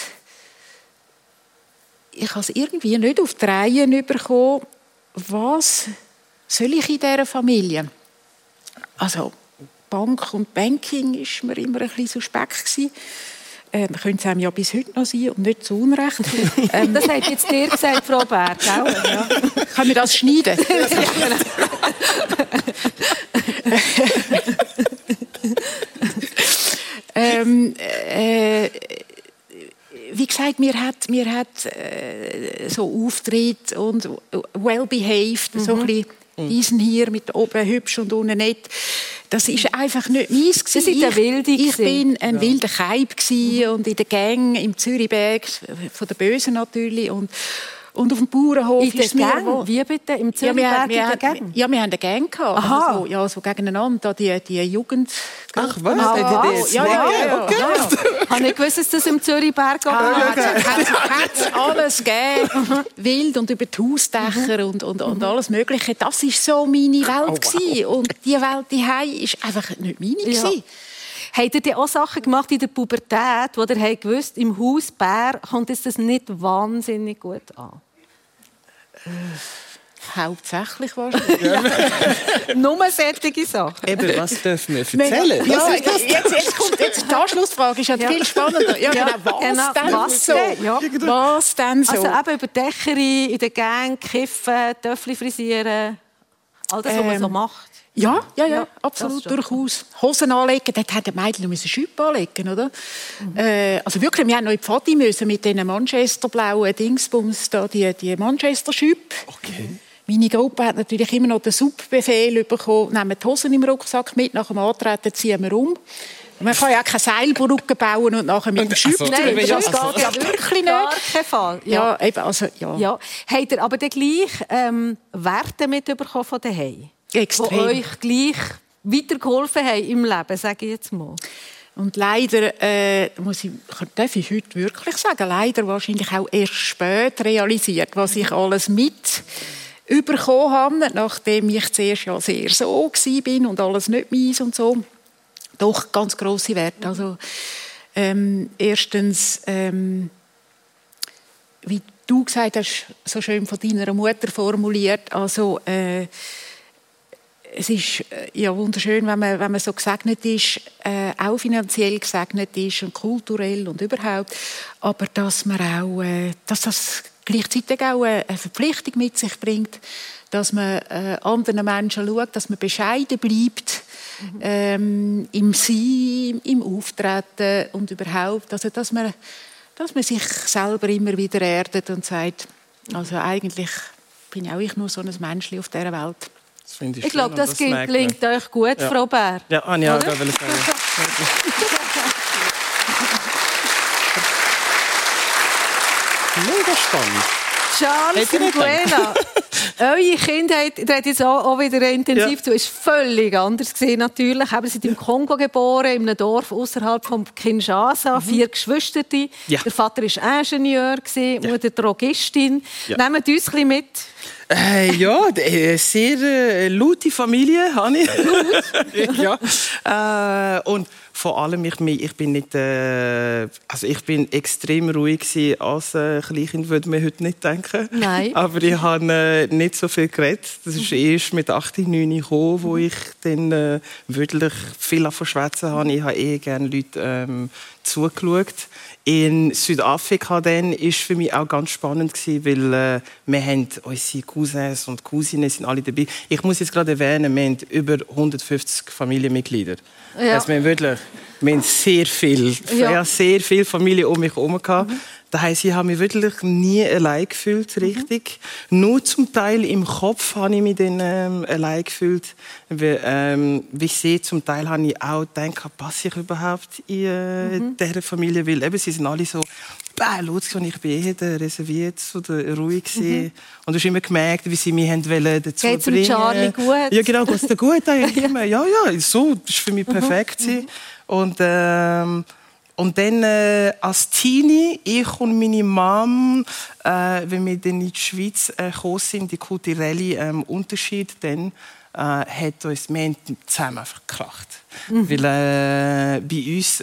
Speaker 5: Ich habe es irgendwie nicht auf die Reihe bekommen, was soll ich in dieser Familie? Also Bank und Banking war mir immer ein bisschen suspekt gewesen. Könnte es einem ja bis heute noch sein und nicht zu Unrecht.
Speaker 3: Das hat jetzt dir gesagt, Frau Berg, gell? Ja.
Speaker 5: Können wir das schneiden? Wie gesagt, mir hat so Auftritt und well-behaved, so ein bisschen diesen hier mit oben hübsch und unten nicht. Das ist einfach nicht meins.
Speaker 3: Sie sind eine Wilde.
Speaker 5: Ich bin ein wilder Kaib und in der Gang im Zürichberg, von der Bösen natürlich, und auf dem Bauernhof.
Speaker 3: In der Gang? Wie bitte? Im Zürichberg in der Gang?
Speaker 5: Ja, wir hatten eine Gang gehabt.
Speaker 3: Aha.
Speaker 5: Also so gegeneinander, die Jugend.
Speaker 4: Ach was?
Speaker 5: Ja.
Speaker 3: Habe ich gewusst, dass das im Zürichberg
Speaker 5: hat alles gegeben. Wild und über die Hausdächer und alles Mögliche. Das war so meine Welt. Wow. Und die Welt daheim war einfach nicht meine.
Speaker 3: Ja. Habt ihr auch Sachen gemacht in der Pubertät, wo ihr gewusst, im Haus Bär kommt es das nicht wahnsinnig gut an?
Speaker 5: Hauptsächlich wahrscheinlich.
Speaker 3: Nur solche Sachen.
Speaker 4: Eben, was dürfen wir erzählen?
Speaker 5: Jetzt kommt die Anschlussfrage, ist ja viel spannender. Ja, genau. Was denn so?
Speaker 3: Also eben über Dächerin, in der Gang, kiffen, Töffel frisieren, all das, was man so macht.
Speaker 5: Ja, absolut, durchaus. Hosen anlegen, dort mussten die Mädchen noch Schüppe anlegen, oder? Also wirklich, wir mussten noch in die Pfadi mit diesen Manchester-blauen Dingsbums, da, die Manchester-Schüppe. Okay. Meine Gruppe hat natürlich immer noch den Subbefehl bekommen, nehmen die Hosen im Rucksack mit, nach dem Antreten ziehen wir um. Man kann ja keine Seilbrücke bauen und nachher mit dem Schüpp
Speaker 3: drüber. Nein, das geht ja wirklich nicht. Gar keinen Fall.
Speaker 5: Ja, eben, also, ja.
Speaker 3: Habt ihr aber dann gleich Werte mitbekommen von daheim?
Speaker 5: Extrem.
Speaker 3: Die euch gleich weitergeholfen haben im Leben, sage ich jetzt mal.
Speaker 5: Und leider, darf ich heute wirklich sagen, leider wahrscheinlich auch erst spät realisiert, was ich alles mitbekommen habe, nachdem ich zuerst ja sehr so war und alles nicht meins und so. Doch ganz grosse Werte. Also, erstens, wie du gesagt hast, so schön von deiner Mutter formuliert, also es ist ja wunderschön, wenn man so gesegnet ist, auch finanziell gesegnet ist und kulturell und überhaupt, aber dass man auch, dass das gleichzeitig auch eine Verpflichtung mit sich bringt, dass man anderen Menschen schaut, dass man bescheiden bleibt im Sein, im Auftreten und überhaupt, also dass man sich selber immer wieder erdet und sagt, also eigentlich bin auch ich nur so ein Menschchen auf dieser Welt.
Speaker 3: Ich glaube, das klingt euch gut, ja. Frau Bär.
Speaker 4: Ja, Anja, da will ich sagen. Mega spannend.
Speaker 3: Charles und Buena, eure Kindheit, ihr habt jetzt auch wieder intensiv zu, ist völlig anders gewesen, natürlich. Ihr seid im Kongo geboren, in einem Dorf außerhalb von Kinshasa, 4 Geschwister. Ja. Der Vater war Ingenieur, die Mutter Drogistin. Ja. Nehmt uns ein bisschen mit.
Speaker 4: Ja, sehr laute Familie habe ich. Ja. Und vor allem, ich bin nicht, also ich bin extrem ruhig gewesen als Kleinkind, würde man heute nicht denken.
Speaker 3: Nein.
Speaker 4: Aber ich habe nicht so viel geredet. Das ist erst mit 8, 9 gekommen, wo ich dann wirklich viel schwätzen habe. Ich habe gerne Leute zugeschaut. In Südafrika dann war für mich auch ganz spannend, weil wir haben unsere Cousins und Cousinen sind alle dabei. Ich muss jetzt gerade erwähnen, wir haben über 150 Familienmitglieder.
Speaker 3: Ja.
Speaker 4: Also wir haben sehr viel Familie um mich herum gehabt. Das heisst, ich habe mich wirklich nie allein gefühlt, richtig. Nur zum Teil im Kopf habe ich mich dann allein gefühlt. Wie ich sehe, zum Teil habe ich auch gedacht, passe ich überhaupt in dieser Familie? Weil eben, sie sind alle so, los, und ich bin reserviert oder ruhig gewesen. Und du hast immer gemerkt, wie sie mich dazu bringen wollten.
Speaker 3: Geht's dem Charlie gut?
Speaker 4: Ja, genau, geht's dir gut? Ja, so, das war für mich perfekt. Und dann als Teenie, ich und meine Mom, wenn wir dann in die Schweiz gekommen sind, die kulturelle Unterschied, dann hat uns wir zusammen einfach gekracht. Weil bei uns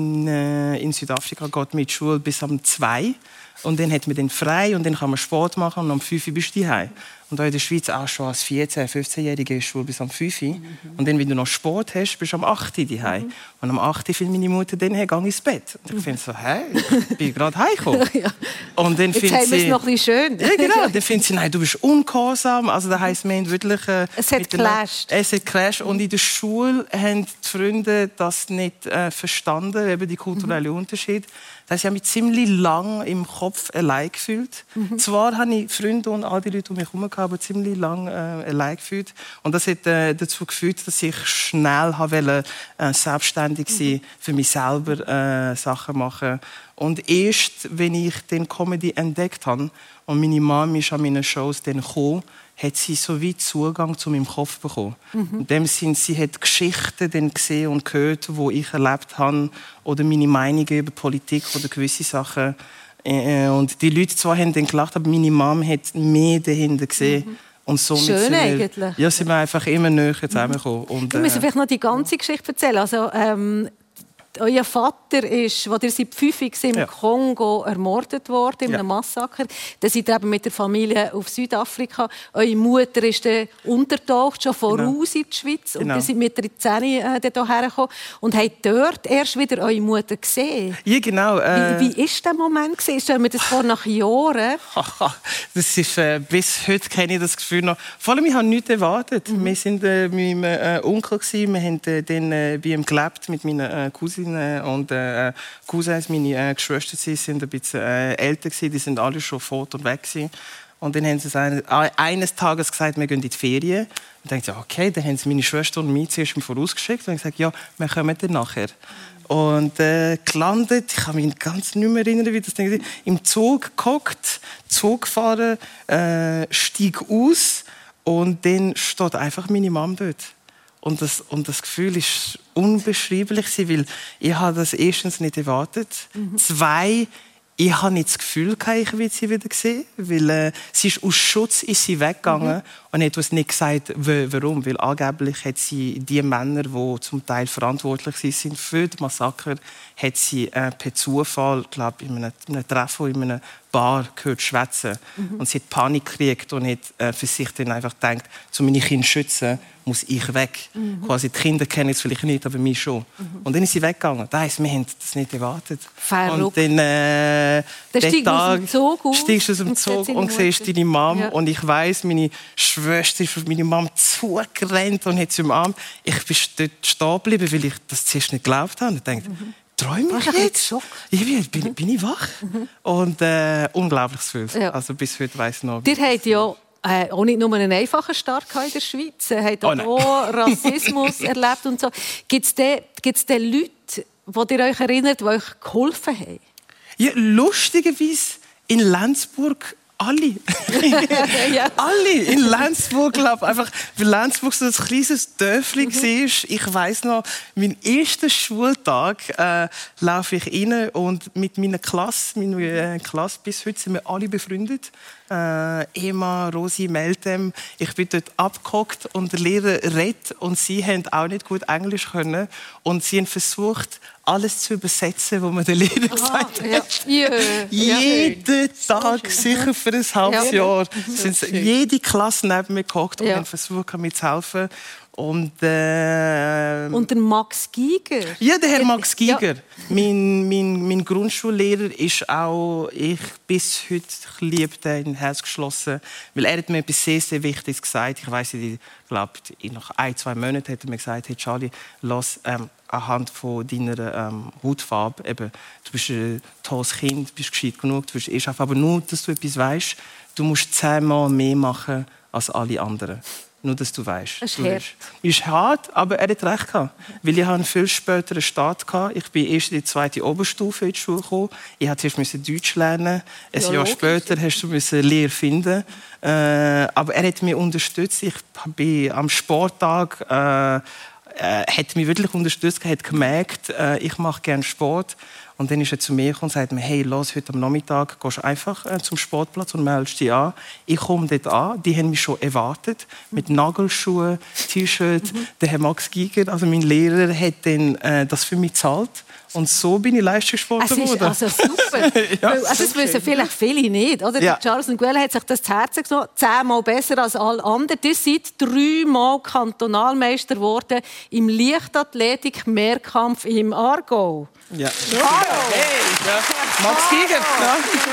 Speaker 4: in Südafrika geht man in die Schule bis um 2 und dann hat man dann frei und dann kann man Sport machen und um 5 Uhr bist du daheim. Und auch in der Schweiz auch schon als 14-, 15-Jährige ist Schule bis um 5 Uhr. Und dann, wenn du noch Sport hast, bist du am 8 Uhr daheim. Und am 8 Uhr findet meine Mutter dann, hey, geh ins Bett. Und ich finde so, ich bin gerade heimgekommen.
Speaker 3: Ja.
Speaker 4: Und dann
Speaker 3: jetzt haben wir es noch ein bisschen schön.
Speaker 4: Ja, genau. Dann findet sie, nein, du bist ungehorsam. Also das heisst, wir haben wirklich...
Speaker 3: es hat geclasht.
Speaker 4: Es hat geclasht. Und in der Schule haben die Freunde das nicht verstanden, eben die kulturellen Unterschiede. Das heisst, ich habe mich ziemlich lang im Kopf allein gefühlt. Zwar habe ich Freunde und all die Leute um mich herum gehabt, aber ziemlich lang allein gefühlt. Und das hat dazu geführt, dass ich schnell wollte, selbstständig sein, für mich selber Sachen machen. Und erst, wenn ich den Comedy entdeckt habe und meine Mama ist an meinen Shows dann gekommen, hat sie so wie Zugang zu meinem Kopf bekommen. In dem Sinn, sie hat Geschichten dann gesehen und gehört, die ich erlebt habe, oder meine Meinungen über Politik oder gewisse Sachen. Und die Leute zwar haben dann gelacht, aber meine Mom hat mehr dahinter gesehen. Und somit
Speaker 3: schön eigentlich.
Speaker 4: Ja, sind wir einfach immer näher zusammengekommen. Und,
Speaker 3: wir müssen vielleicht noch die ganze Geschichte erzählen. Also, euer Vater ist, als ihr seit 5 im Kongo ermordet worden, in einem Massaker. Dann seid ihr eben mit der Familie auf Südafrika. Eure Mutter ist dann untergetaucht, schon voraus in die Schweiz. Und ihr seid mit der 10 hierher gekommen und habt dort erst wieder eure Mutter gesehen.
Speaker 4: Ja, genau.
Speaker 3: Wie war dieser Moment? Stellen wir das vor, nach Jahren?
Speaker 4: Das ist, bis heute kenne ich das Gefühl noch. Vor allem, ich habe nichts erwartet. Wir waren mit meinem Onkel, wir haben dann bei ihm gelebt, mit meinen Cousinen und Cousins, meine Geschwister, sie sind ein bisschen älter gewesen, die sind alle schon fort und weg gewesen. Und dann haben sie eines Tages gesagt, wir gehen in die Ferien. Und dann dachte ich, okay, dann haben sie meine Schwester und mich zuerst vorausgeschickt und gesagt, ja, wir kommen dann nachher. Und gelandet, ich kann mich ganz nicht mehr erinnern, wie das Ding war, im Zug gehockt, Zug gefahren, steig aus und dann steht einfach meine Mom dort. Und das Gefühl ist unbeschreiblich, weil ich habe das erstens nicht erwartet. 2, ich habe nicht das Gefühl, ich will sie wieder sehen, weil sie ist aus Schutz ist sie weggegangen und hat uns nicht gesagt, warum, weil angeblich hat sie die Männer, die zum Teil verantwortlich sind für das Massaker, hat sie per Zufall, glaube in einem Treffen in einer Bar gehört schwätzen und sie hat Panik gekriegt und hat für sich dann einfach gedacht, um meine Kinder zu schützen, muss ich weg. Quasi die Kinder kennen es vielleicht nicht, aber mich schon. Und dann ist sie weggegangen. Das heisst, wir haben das nicht erwartet.
Speaker 3: Verrückt.
Speaker 4: Und dann
Speaker 3: steigst du aus dem Zug aus,
Speaker 4: steigst aus dem Zug und siehst deine Mom. Ja. Und ich weiss, meine Schwester ist auf meine Mom zugerannt und hat sie umarmt. Ich bin dort stehen geblieben, weil ich das zuerst nicht geglaubt habe. Und dachte, träume ich jetzt? Bin ich wach? Und unglaubliches Gefühl. Ja. Also bis heute weiss ich noch.
Speaker 3: Ihr habt ja auch nicht nur einen einfachen Start in der Schweiz, ihr habt auch Rassismus erlebt und so. Gibt es denn Leute, die ihr euch erinnert, die euch geholfen haben?
Speaker 4: Ja, lustigerweise in Lenzburg alle.
Speaker 3: Ja.
Speaker 4: Alle in Lenzburg, glaube einfach, weil Lenzburg so ein kleines Dörfli war. Ich weiss noch, meinen ersten Schultag laufe ich rein und mit meiner Klasse bis heute sind wir alle befreundet. Emma, Rosi, Meltem. Ich bin dort abgehockt und der Lehrer redet und sie haben auch nicht gut Englisch können und sie haben versucht, alles zu übersetzen, was man den Lehrern gesagt hat. Jeden Tag, sicher für ein halbes Jahr, sind jede Klasse neben mir gehockt und haben versucht, mir zu helfen. Und der
Speaker 3: Max Giger?
Speaker 4: Ja, der Herr Max Giger. Mein Grundschullehrer ist auch, ich bis heute liebe den in Herz geschlossen, weil er hat mir etwas sehr, sehr Wichtiges gesagt. Ich weiss nicht, ich glaube, nach 1-2 Monaten hat er mir gesagt, hey Charlie, lass anhand von deiner Hautfarbe, eben, du bist ein tolles Kind, du bist gescheit genug, du bist aber nur, dass du etwas weißt, du musst 10-mal mehr machen als alle anderen. Nur, dass du weißt.
Speaker 3: Das ist hart.
Speaker 4: Ist hart, aber er hat recht gehabt. Weil ich einen viel späteren Start hatte. Ich bin erst in die 2. Oberstufe in die Schule gekommen. Ich musste zuerst Deutsch lernen. Ein Jahr später musste du Lehre finden. Aber er hat mich unterstützt. Ich bin am Sporttag hat mich wirklich unterstützt. Er hat gemerkt, ich mache gerne Sport. Und dann ist er zu mir gekommen und sagt mir, hey, los, heute am Nachmittag gehst du einfach zum Sportplatz und meldest dich an. Ich komme dort an, die haben mich schon erwartet, mit Nagelschuhen, T-Shirt. Der Herr Max Giger, also mein Lehrer, hat dann das für mich gezahlt. Und so bin ich Leistungssportler geworden.
Speaker 3: Also super. Das wissen vielleicht viele nicht. Oder? Ja. Charles N'Guela hat sich das zu Herzen genommen, 10-mal besser als alle anderen. Ihr seid 3-mal Kantonalmeister geworden im Leichtathletik-Mehrkampf im Aargau.
Speaker 4: Ja. Hey. Ja. Max Giger. Ja.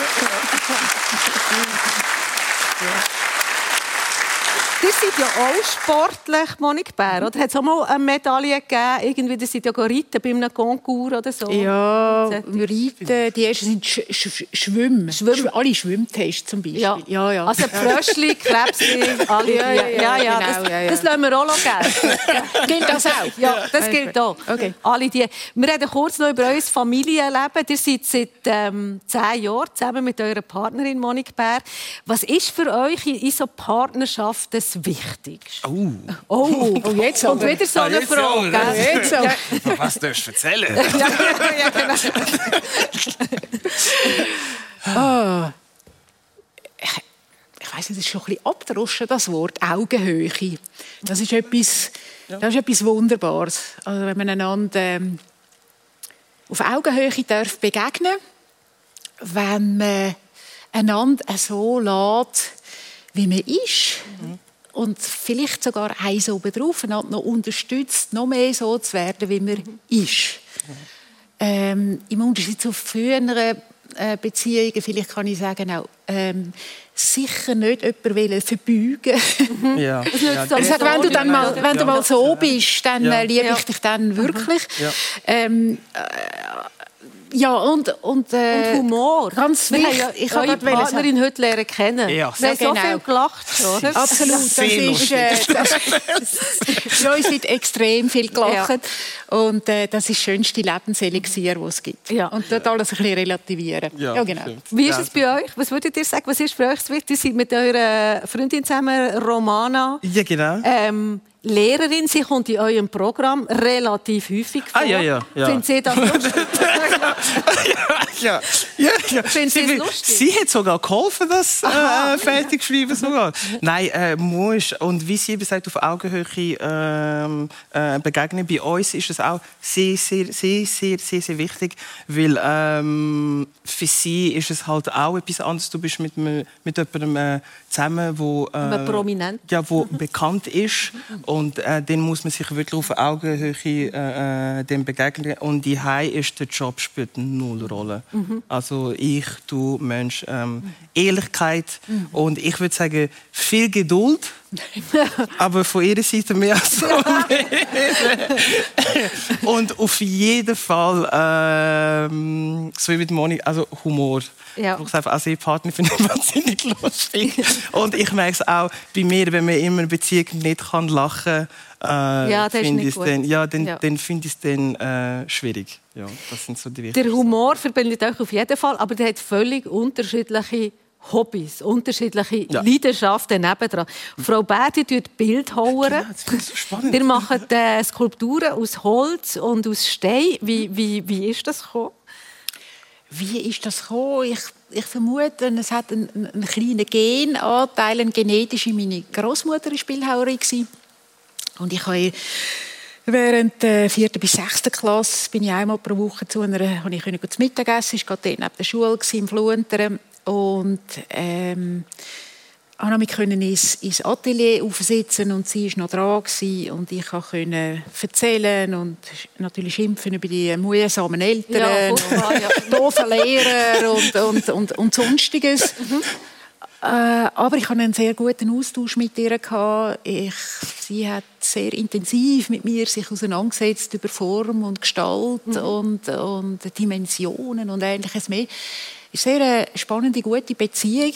Speaker 3: Ihr seid ja auch sportlich, Monique Bär, oder? Hat es auch mal eine Medaille gegeben? Irgendwie, ihr seid ja reiten bei einem Concours oder so.
Speaker 5: Ja, reiten. Die ersten sind Schwimmen. Alle Schwimmtests zum Beispiel. Ja.
Speaker 3: Also Fröschli, Krebsli, alle. Das lassen wir auch noch gelten.
Speaker 5: Gilt das auch?
Speaker 3: Ja, das gilt auch.
Speaker 5: Okay.
Speaker 3: Alle die. Wir reden kurz noch über euer Familienleben. Ihr seid seit 10 Jahren zusammen mit eurer Partnerin Monique Bär. Was ist für euch in so Partnerschaft das Wichtigste?
Speaker 5: Jetzt
Speaker 3: und wieder so eine Frage.
Speaker 4: Was darfst du erzählen?
Speaker 3: Genau.
Speaker 5: Ich weiss nicht, das ist schon ein bisschen abgedroschen, das Wort Augenhöhe. Das ist etwas Wunderbares. Also wenn man einander auf Augenhöhe darf begegnen, wenn man einander so lässt, wie man ist. Und vielleicht sogar eins oben drauf noch unterstützt, noch mehr so zu werden, wie man ist. Im Unterschied zu früheren Beziehungen, vielleicht kann ich sagen, auch sicher nicht jemanden verbeugen.
Speaker 4: Ja.
Speaker 5: Also, wenn du mal so bist, dann liebe ich dich dann wirklich. Und
Speaker 3: Humor.
Speaker 5: Ganz wichtig.
Speaker 3: Ich habe eure Partnerin heute lernen kennen.
Speaker 4: Ja,
Speaker 3: wir haben so viel gelacht. Oder?
Speaker 5: Absolut. Für uns wird extrem viel gelacht. Ja. Und das ist das schönste Lebenselixier, das es gibt. Ja. Und dort alles ein bisschen relativieren.
Speaker 4: Ja,
Speaker 5: genau.
Speaker 3: Wie ist es bei euch? Was würdet ihr sagen? Was ist für euch das Wichtigste? Ihr seid mit eurer Freundin zusammen, Romana.
Speaker 4: Ja, genau.
Speaker 3: Lehrerin, sie kommt in eurem Programm relativ häufig vor.
Speaker 4: Ja.
Speaker 3: Finden Sie das lustig?
Speaker 4: Ja.
Speaker 3: Finden Sie es lustig?
Speaker 4: Sie hat sogar geholfen, das fertig zu schreiben sogar. Nein, muss. Und wie sie eben sagt, auf Augenhöhe begegnen. Bei uns ist es auch sehr, sehr, sehr, sehr, sehr, sehr wichtig, weil für sie ist es halt auch etwas anderes. Du bist mit jemandem zusammen, wo
Speaker 3: prominent,
Speaker 4: wo bekannt ist. Und dann muss man sich wirklich auf Augenhöhe dem begegnen. Und die ist der Job spielt null Rolle. Also du Mensch, Ehrlichkeit und ich würde sagen viel Geduld. Aber von ihrer Seite mehr als von mir. Und auf jeden Fall so wie mit Moni, also Humor. Ja. Ich sage, als Ehepartner finde ich wahnsinnig lustig. Und ich merke es auch bei mir, wenn man immer eine Beziehung nicht lachen kann, finde ich es dann schwierig. Ja, das sind so die
Speaker 3: der Humor verbindet euch auf jeden Fall, aber der hat völlig unterschiedliche Hobbys, unterschiedliche Leidenschaften nebendran. Frau Bär, ihr tut Bildhauern.
Speaker 4: Genau, das ist so spannend.
Speaker 3: Ihr macht Skulpturen aus Holz und aus Stein. Wie ist das gekommen?
Speaker 5: Wie ist das gekommen? Ich vermute, es hat einen kleinen Genanteil, eine genetische. Meine Großmutter war Bildhauerin. Und ich habe Während der 4. bis 6. Klasse bin ich einmal pro Woche zu habe ich zu Mittagessen, ich war dort neben der Schule im Fluenteren und ich konnte ins Atelier aufsitzen und sie war noch dran und ich konnte erzählen und natürlich schimpfen über die mühsamen Eltern, doofen Lehrer und Sonstiges. Aber ich hatte einen sehr guten Austausch mit ihr. Sie hat sehr intensiv mit mir sich auseinandergesetzt über Form und Gestalt und Dimensionen und Ähnliches mehr. Es war eine sehr spannende, gute Beziehung.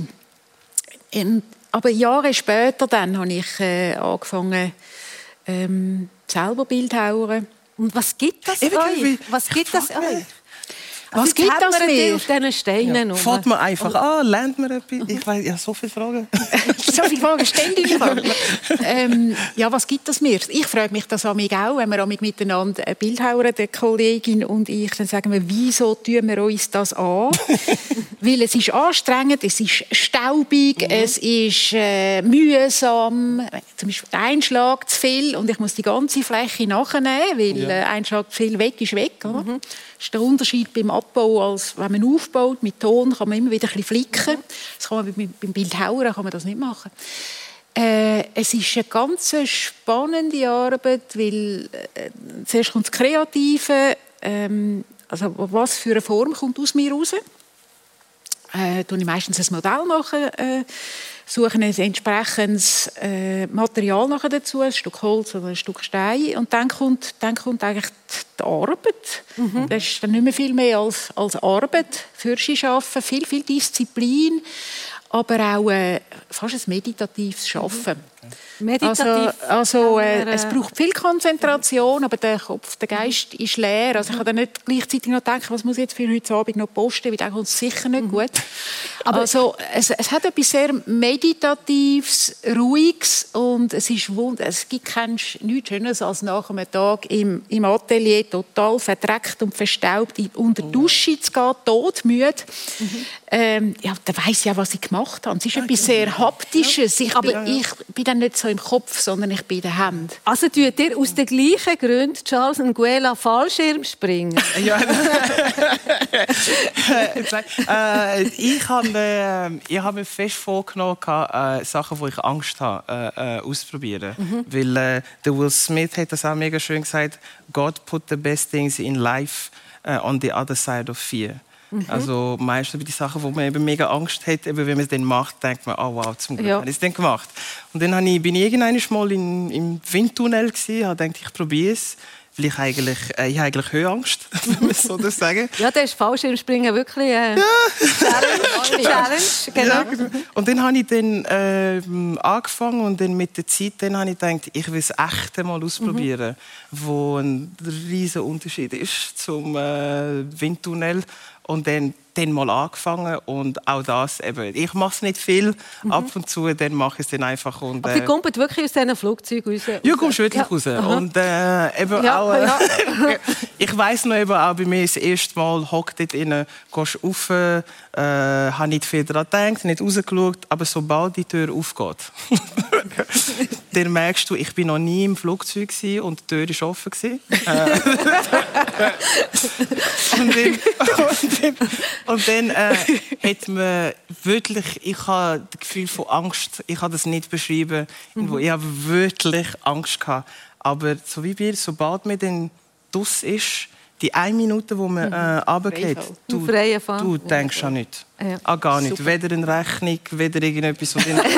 Speaker 5: Aber Jahre später dann habe ich angefangen, selber Bildhauern.
Speaker 3: Und was gibt das euch? Was gibt das euch?
Speaker 5: Was gibt das mir?
Speaker 3: Auf diesen Steinen
Speaker 4: fährt man einfach an, lernt man etwas? Ich weiss, ja, so viele Fragen.
Speaker 5: So viele Fragen, stell dir Fragen. Ja, was gibt das mir? Ich frage mich das auch, wenn wir miteinander Bildhauern, die Kollegin und ich, dann sagen wir, wieso tun wir uns das an? Weil es ist anstrengend, es ist staubig, es ist mühsam. Zum Beispiel ein Schlag zu viel und ich muss die ganze Fläche nachnehmen, weil ein Schlag zu viel weg ist weg. Oder? Das ist der Unterschied beim Abbau, als wenn man aufbaut. Mit Ton kann man immer wieder ein bisschen flicken. Das kann man beim Bildhauern kann man das nicht machen. Es ist eine ganz spannende Arbeit, weil zuerst kommt das Kreative, also was für eine Form kommt aus mir raus. Tue ich meistens ein Modell machen, suche ein entsprechendes Material nachher dazu, ein Stück Holz oder ein Stück Stein, und dann kommt eigentlich die Arbeit. Das ist dann nicht mehr viel mehr als Arbeit, Fürsche arbeiten, viel Disziplin, aber auch fast ein meditatives Arbeiten. Also es braucht viel Konzentration, aber der Kopf, der Geist ist leer. Also ich kann dann nicht gleichzeitig noch denken, was muss ich jetzt für heute Abend noch posten, weil dann kommt es sicher nicht gut. Aber also, es hat etwas sehr Meditatives, Ruhiges, und es gibt nichts Schöneres, als nach einem Tag im Atelier total verdreckt und verstaubt unter die Dusche zu gehen, todmüde. Dann weiss ich ja, was ich gemacht habe. Es ist etwas sehr Haptisches. Ich bin dann nicht so im Kopf, sondern ich bin in den Händen.
Speaker 3: Also tut ihr aus den gleichen Gründen Charles Nguela Fallschirm springen?
Speaker 4: Ja. Ich habe mir fest vorgenommen, Sachen, wo ich Angst habe, auszuprobieren. Weil der Will Smith hat das auch mega schön gesagt: God put the best things in life on the other side of fear. Also meistens bei den Sachen, wo man eben mega Angst hat, eben wenn man es dann macht, denkt man, oh wow, zum Glück habe ich es dann gemacht. Und dann bin ich irgendwann mal im Windtunnel gewesen, habe gedacht, ich probiere es. Weil ich eigentlich Höhenangst, wenn man so das sagen.
Speaker 3: Ja, das ist Fallschirmspringen wirklich Challenge. Genau.
Speaker 4: Ja. Und dann habe ich angefangen, und dann mit der Zeit habe ich gedacht, ich will es echt mal ausprobieren, wo ein riesen Unterschied ist zum Windtunnel. Und dann mal angefangen, und auch das eben. Ich mache es nicht viel, ab und zu, dann mache ich es dann einfach. Und,
Speaker 3: aber du kommst wirklich aus diesen Flugzeugen raus?
Speaker 4: Ja, du kommst wirklich raus. Und eben auch, ich weiss noch, eben auch bei mir das erste Mal, hockt dort rein, gehst rauf, habe nicht viel daran gedacht, nicht rausgeschaut, aber sobald die Tür aufgeht, dann merkst du, ich bin noch nie im Flugzeug gewesen, und die Tür war offen gewesen. Und dann hat man wirklich, ich habe das Gefühl von Angst, ich kann das nicht beschreiben, ich habe wirklich Angst gehabt. Aber so wie wir, sobald man dann draus ist, die 1 Minute, wo man runtergeht, du denkst an nichts. Ja. Gar nicht. Super. Weder eine Rechnung, weder irgendetwas. Und dann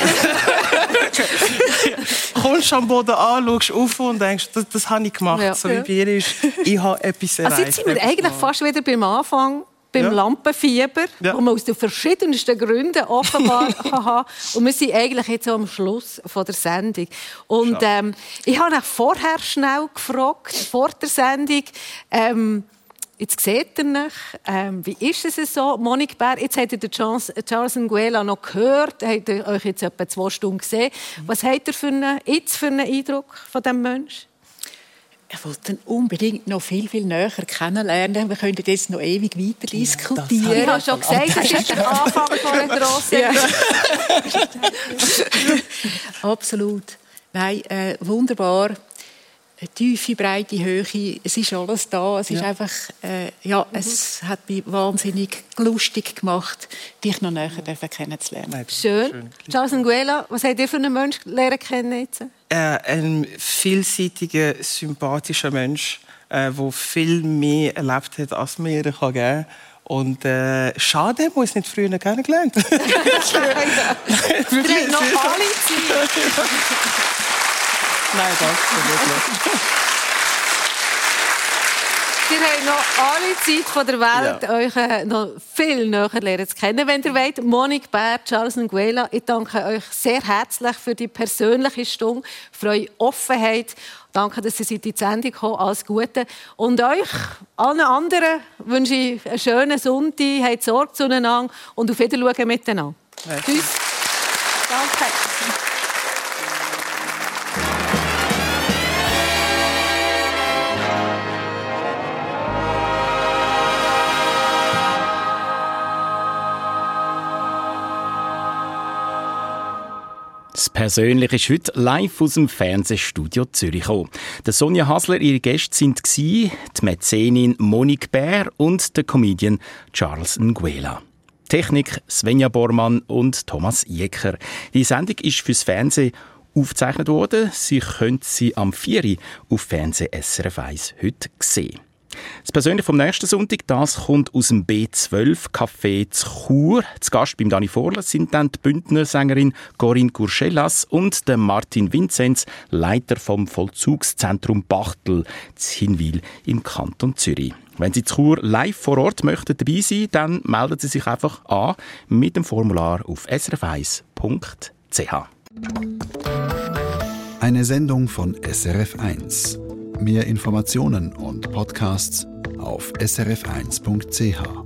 Speaker 4: kommst du am Boden an, schaust auf und denkst, das habe ich gemacht. Ja. So wie bei ihr ist, ich habe etwas erreicht.
Speaker 3: Also jetzt sind wir eigentlich fast wieder beim Anfang, beim Lampenfieber, wo man aus den verschiedensten Gründen offenbar haben. Und wir sind eigentlich jetzt am Schluss von der Sendung. Und ich habe euch vorher schnell gefragt, vor der Sendung, jetzt seht ihr nicht, wie ist es so, Monique Bär, jetzt habt ihr den Charles Nguela noch gehört, habt ihr euch jetzt etwa 2 Stunden gesehen. Was habt ihr für einen Eindruck von diesem Menschen?
Speaker 5: Ich wollte ihn unbedingt noch viel näher kennenlernen. Wir könnten jetzt noch ewig weiter diskutieren.
Speaker 3: Ich habe schon gesagt, das ist der Anfang von einer grossen. Ja.
Speaker 5: Absolut. Nein, wunderbar. Tiefe, breite Höhe, es ist alles da. Es ist einfach, es hat mich wahnsinnig lustig gemacht, dich noch näher kennenzulernen.
Speaker 3: Schön. Charles Nguela, was habt ihr für einen Mensch lernen kennen jetzt?
Speaker 4: Ein vielseitiger, sympathischer Mensch, der viel mehr erlebt hat, als mir geben kann. Und schade, haben wir uns nicht früher kennengelernt.
Speaker 3: Wir haben noch alle Zeit.
Speaker 4: Nein, danke, wirklich.
Speaker 3: Ihr habt noch alle Zeit von der Welt, euch noch viel näher lernen zu kennen. Wenn ihr wollt, Monique Bär, Charles Nguela, ich danke euch sehr herzlich für die persönliche Stunde, für eure Offenheit. Danke, dass ihr in die Sendung gekommen. Alles Gute. Und euch, allen anderen, wünsche ich einen schönen Sonntag. Habt Sorge zueinander und auf Wiedersehen miteinander. Ja. Tschüss. Danke.
Speaker 6: Das Persönliche ist heute live aus dem Fernsehstudio Zürich gekommen. Sonja Hasler, ihre Gäste waren die Mäzenin Monique Bär und der Comedian Charles Nguela. Technik Svenja Bormann und Thomas Jecker. Die Sendung ist fürs Fernsehen aufgezeichnet worden. Sie können sie am 4 Uhr auf Fernseh SRF 1 heute sehen. Das Persönliche vom nächsten Sonntag, das kommt aus dem B12 Café zu Chur. Zu Gast beim Dani Vorler sind dann die Bündner Sängerin Corinne Courchelas und der Martin Vinzenz, Leiter vom Vollzugszentrum Bachtel zu Hinwil im Kanton Zürich. Wenn Sie zu Chur live vor Ort möchten dabei sein, dann melden Sie sich einfach an mit dem Formular auf srf1.ch.
Speaker 1: Eine Sendung von SRF 1. Mehr Informationen und Podcasts auf srf1.ch.